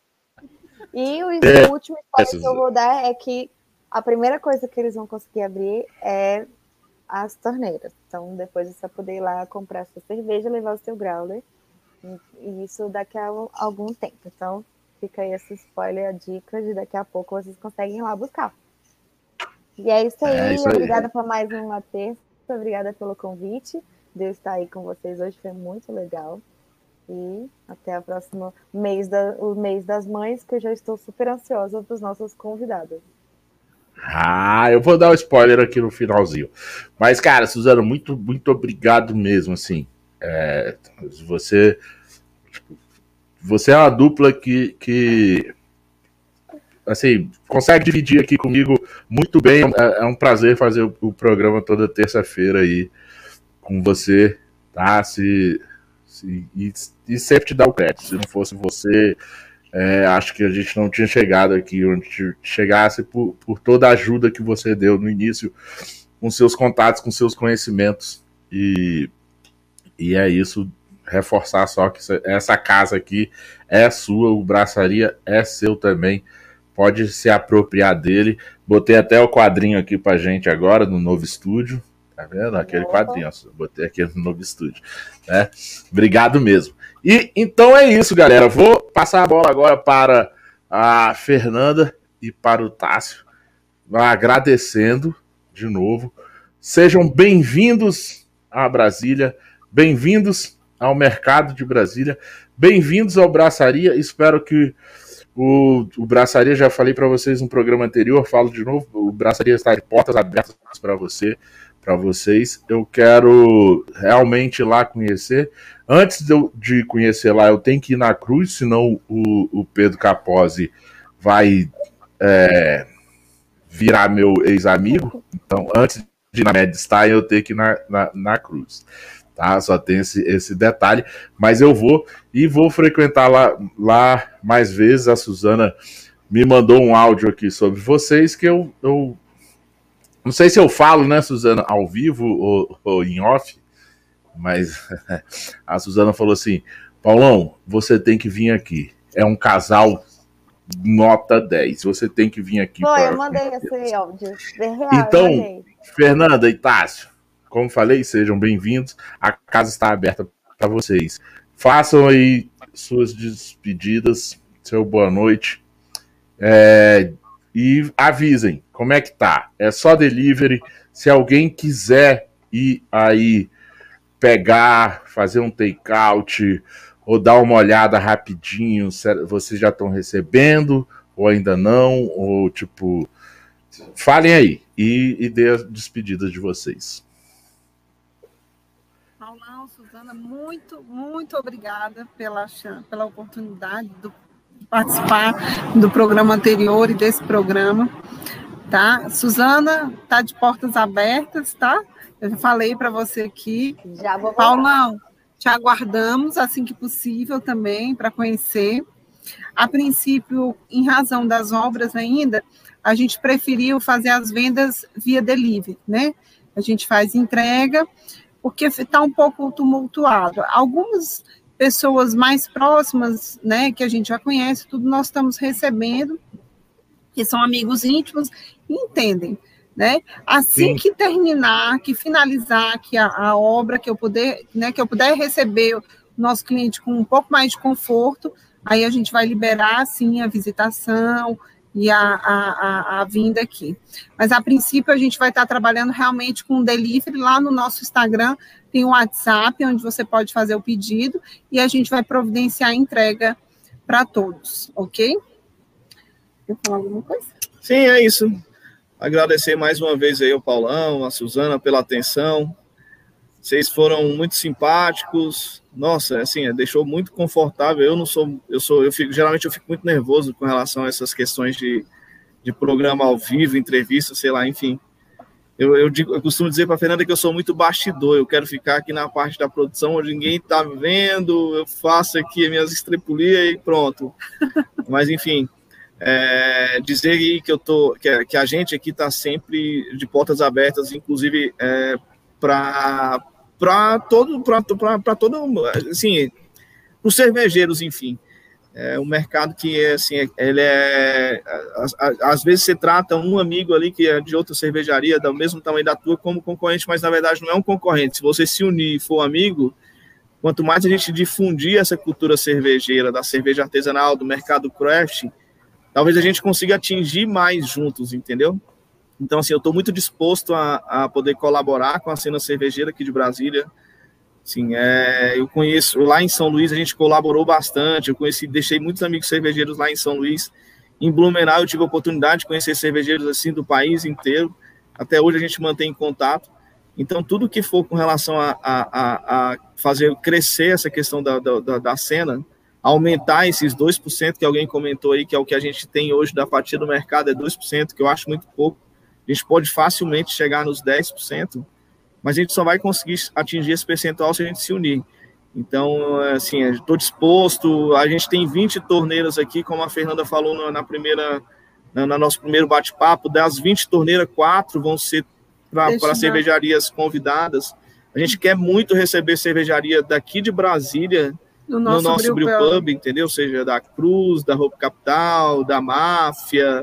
E o, É, o último spoiler que eu vou dar é que a primeira coisa que eles vão conseguir abrir é as torneiras. Então, depois você vai poder ir lá comprar sua cerveja, levar o seu growler. E isso daqui a algum tempo. Então, fica aí esse spoiler, a dica de daqui a pouco vocês conseguem ir lá buscar. E é isso aí. É isso aí. Obrigada por mais uma terça. Obrigada pelo convite. Deus estar aí com vocês hoje, foi muito legal. E até o próximo mês, da, o mês das mães, que eu já estou super ansiosa para os nossos convidados. Ah, eu vou dar um spoiler aqui no finalzinho. Mas, cara, Suzana, muito, muito obrigado mesmo, assim. É, você, tipo, você é uma dupla que, que assim, consegue dividir aqui comigo muito bem. É, é um prazer fazer o, o programa toda terça-feira aí com você, tá? Se, se, e, e sempre te dar o crédito. Se não fosse você, é, acho que a gente não tinha chegado aqui onde chegasse por, por toda a ajuda que você deu no início, com seus contatos, com seus conhecimentos. E, e é isso, reforçar só que essa casa aqui é sua, o Braçaria é seu também. Pode se apropriar dele. Botei até o quadrinho aqui pra gente agora, no novo estúdio. Tá vendo? Aquele quadrinho, ó, botei aqui no novo estúdio. Né? Obrigado mesmo. E então é isso, galera. Vou passar a bola agora para a Fernanda e para o Tássio, agradecendo de novo. Sejam bem-vindos a Brasília, bem-vindos ao mercado de Brasília, bem-vindos ao Braçaria. Espero que o, o Braçaria, já falei para vocês no programa anterior, falo de novo, o Braçaria está de portas abertas para você. Para vocês, eu quero realmente ir lá conhecer. Antes de, eu, de conhecer lá, eu tenho que ir na Cruz, senão o, o Pedro Capozzi vai é, virar meu ex-amigo. Então, antes de ir na Medstar, eu tenho que ir na, na, na Cruz. Tá? Só tem esse, esse detalhe. Mas eu vou e vou frequentar lá, lá mais vezes. A Suzana me mandou um áudio aqui sobre vocês que eu... eu não sei se eu falo, né, Suzana, ao vivo ou, ou em off, mas a Suzana falou assim: Paulão, você tem que vir aqui. É um casal nota dez. Você tem que vir aqui. Foi, eu mandei esse áudio. Real, então, Fernanda e Tássio, como falei, sejam bem-vindos. A casa está aberta para vocês. Façam aí suas despedidas, seu boa noite. É... E avisem como é que tá. É só delivery. Se alguém quiser ir aí pegar, fazer um take-out ou dar uma olhada rapidinho, vocês já estão recebendo ou ainda não? Ou tipo, falem aí e, e dê as despedidas de vocês. Paulão, Suzana, muito, muito obrigada pela, pela oportunidade do participar do programa anterior e desse programa, tá? Suzana, tá de portas abertas, tá? Eu falei para você aqui. Já vou Paulão, te aguardamos assim que possível também para conhecer. A princípio, em razão das obras ainda, a gente preferiu fazer as vendas via delivery, né? A gente faz entrega, porque está um pouco tumultuado. Algumas pessoas mais próximas, né, que a gente já conhece, tudo nós estamos recebendo, que são amigos íntimos, e entendem, né? Assim Sim. que terminar, que finalizar aqui a, a obra, que eu puder, né, que eu puder receber o nosso cliente com um pouco mais de conforto, aí a gente vai liberar, sim, a visitação e a, a, a, a vinda aqui. Mas, a princípio, a gente vai estar trabalhando realmente com delivery lá no nosso Instagram, tem um WhatsApp, onde você pode fazer o pedido, e a gente vai providenciar a entrega para todos, ok? Quer falar alguma coisa? Sim, é isso. Agradecer mais uma vez aí ao Paulão, a Suzana pela atenção. Vocês foram muito simpáticos. Nossa, assim, deixou muito confortável. Eu não sou, eu sou, eu fico, geralmente eu fico muito nervoso com relação a essas questões de, de programa ao vivo, entrevista, sei lá, enfim. Eu, eu, digo, eu costumo dizer para a Fernanda que eu sou muito bastidor, eu quero ficar aqui na parte da produção onde ninguém está vendo, eu faço aqui as minhas estrepulias e pronto. Mas, enfim, é, dizer que, eu tô, que, que a gente aqui está sempre de portas abertas, inclusive é, para todo, para todo, assim, para os cervejeiros, enfim. É um mercado que é assim, ele é às vezes você trata um amigo ali que é de outra cervejaria do mesmo tamanho da tua como concorrente, mas na verdade não é um concorrente. Se você se unir e for amigo, quanto mais a gente difundir essa cultura cervejeira, da cerveja artesanal, do mercado craft, talvez a gente consiga atingir mais juntos, entendeu? Então assim, eu estou muito disposto a, a poder colaborar com a cena cervejeira aqui de Brasília. Sim, é, eu conheço, lá em São Luís a gente colaborou bastante, eu conheci, deixei muitos amigos cervejeiros lá em São Luís. Em Blumenau eu tive a oportunidade de conhecer cervejeiros assim do país inteiro, até hoje a gente mantém contato. Então tudo que for com relação a, a, a, a fazer crescer essa questão da, da, da cena, aumentar esses dois por cento que alguém comentou aí, que é o que a gente tem hoje da fatia do mercado, é dois por cento, que eu acho muito pouco, a gente pode facilmente chegar nos dez por cento, mas a gente só vai conseguir atingir esse percentual se a gente se unir. Então, assim, estou disposto, a gente tem vinte torneiras aqui, como a Fernanda falou na primeira, na, na nosso primeiro bate-papo, das vinte torneiras, quatro vão ser para cervejarias convidadas. A gente quer muito receber cervejaria daqui de Brasília, no nosso, no nosso Brew Pub, entendeu? Ou seja, da Cruz, da Hope Capital, da Máfia,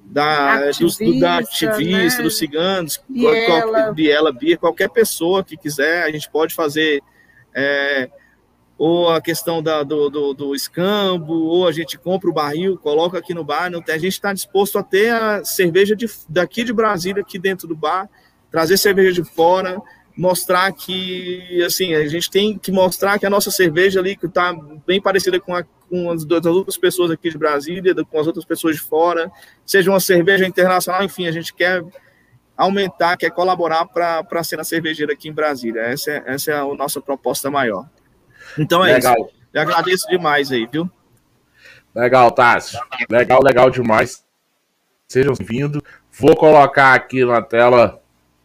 da ativista, do, da ativista né? dos ciganos, Biela. Biela, Bia, qualquer pessoa que quiser, a gente pode fazer é, ou a questão da, do, do, do escambo, ou a gente compra o barril, coloca aqui no bar, não tem, a gente está disposto a ter a cerveja de, daqui de Brasília, aqui dentro do bar, trazer cerveja de fora, mostrar que, assim, a gente tem que mostrar que a nossa cerveja ali está bem parecida com, a, com as, as outras pessoas aqui de Brasília, com as outras pessoas de fora, seja uma cerveja internacional, enfim, a gente quer aumentar, quer colaborar para a cena cervejeira aqui em Brasília. Essa é, essa é a nossa proposta maior. Então é legal. Isso. Eu agradeço demais aí, viu? Legal, Tássio. Legal, legal demais. Sejam bem-vindos. Vou colocar aqui na tela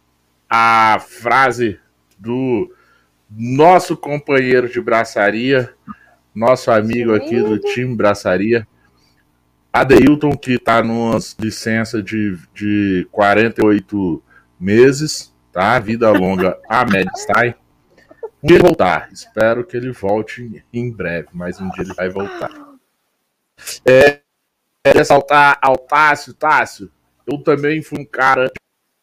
a frase do nosso companheiro de braçaria, nosso amigo aqui do time braçaria, Adeilton, que está numa licença de, de quarenta e oito meses, tá? Vida longa a Medstein. Um dia ele voltar, espero que ele volte em breve, mas um dia ele vai voltar. É, é ressaltar ao Tássio, Tássio, eu também fui um cara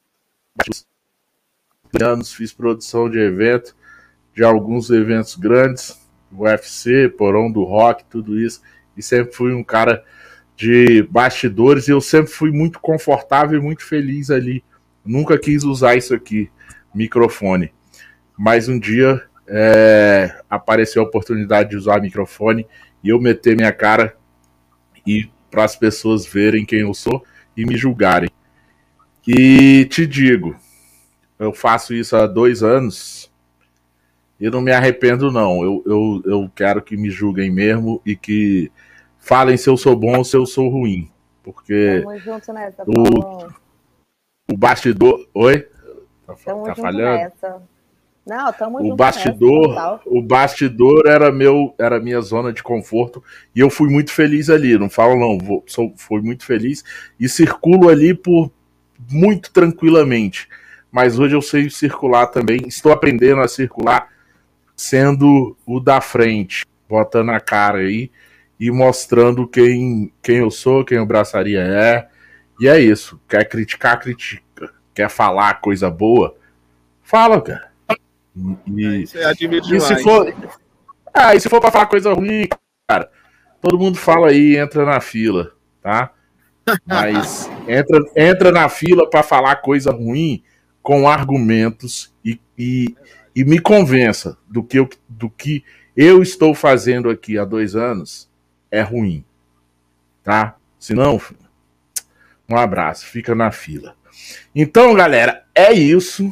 anos, fiz produção de evento, de alguns eventos grandes, U F C, Porão do Rock, tudo isso, e sempre fui um cara de bastidores, e eu sempre fui muito confortável e muito feliz ali. Nunca quis usar isso aqui, microfone. Mas um dia é, apareceu a oportunidade de usar microfone e eu meter minha cara e para as pessoas verem quem eu sou e me julgarem. E te digo, eu faço isso há dois anos e não me arrependo, não. Eu, eu, eu quero que me julguem mesmo e que falem se eu sou bom ou se eu sou ruim. Porque junto nessa, o, o bastidor... Oi? Tá, tamo tá junto falhando? Nessa. Não, tamo o junto bastidor, nessa, o bastidor era meu, era minha zona de conforto e eu fui muito feliz ali. Não falo não, vou, sou, fui muito feliz e circulo ali por muito tranquilamente. Mas hoje eu sei circular também. Estou aprendendo a circular sendo o da frente, botando a cara aí e mostrando quem, quem eu sou, quem o Braçaria é. E é isso. Quer criticar, critica. Quer falar coisa boa? Fala, cara. E, é e se for, ah, e se for pra falar coisa ruim, cara, todo mundo fala aí, entra na fila, tá? Mas entra, entra na fila pra falar coisa ruim com argumentos e, e, e me convença do que, eu, do que eu estou fazendo aqui há dois anos é ruim, tá? Se não, um abraço, fica na fila. Então, galera, é isso.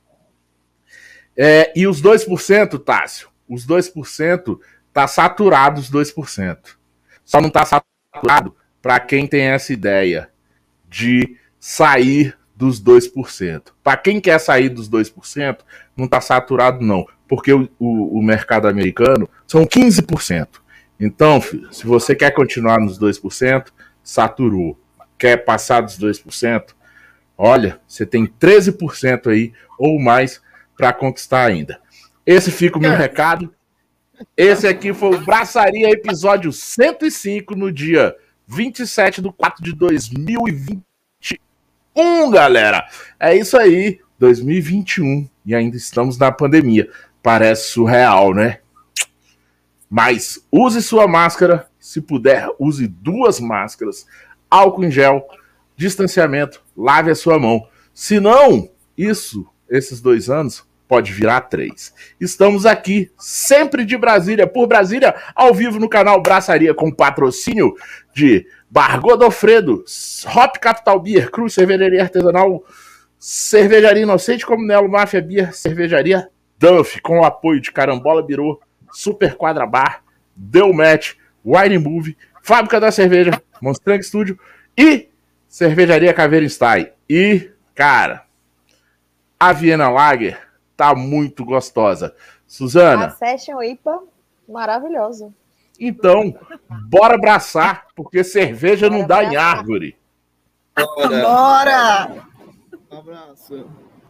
É, e os dois por cento, Tássio, os dois por cento tá saturado, os dois por cento. Só não tá saturado para quem tem essa ideia de sair dos dois por cento. Para quem quer sair dos dois por cento, não está saturado não, porque o, o, o mercado americano são quinze por cento. Então, filho, se você quer continuar nos dois por cento, saturou. Quer passar dos dois por cento? Olha, você tem treze por cento aí ou mais para conquistar ainda. Esse fica o meu recado. Esse aqui foi o Braçaria, episódio cento e cinco, no dia vinte e sete de quatro de dois mil e vinte e um, galera. É isso aí, dois mil e vinte e um, e ainda estamos na pandemia. Parece surreal, né? Mas use sua máscara, se puder, use duas máscaras, álcool em gel, distanciamento, lave a sua mão. Se não, isso, esses dois anos, pode virar três. Estamos aqui, sempre de Brasília, por Brasília, ao vivo no canal Braçaria, com patrocínio de Bar Godofredo, Hop Capital Beer, Cruz Cervejaria Artesanal, Cervejaria Inocente Comunelo, Máfia Beer, Cervejaria Duff, com o apoio de Carambola Birô, Super Quadra Bar, Deu Match, Wine Move, Fábrica da Cerveja, Monstrang Studio e Cervejaria Caveira Style. E, cara, a Viena Lager tá muito gostosa. Suzana? A Session I P A, maravilhosa. Então, bora abraçar, porque cerveja bora não dá abraçar. Em árvore. Bora! Um abraço.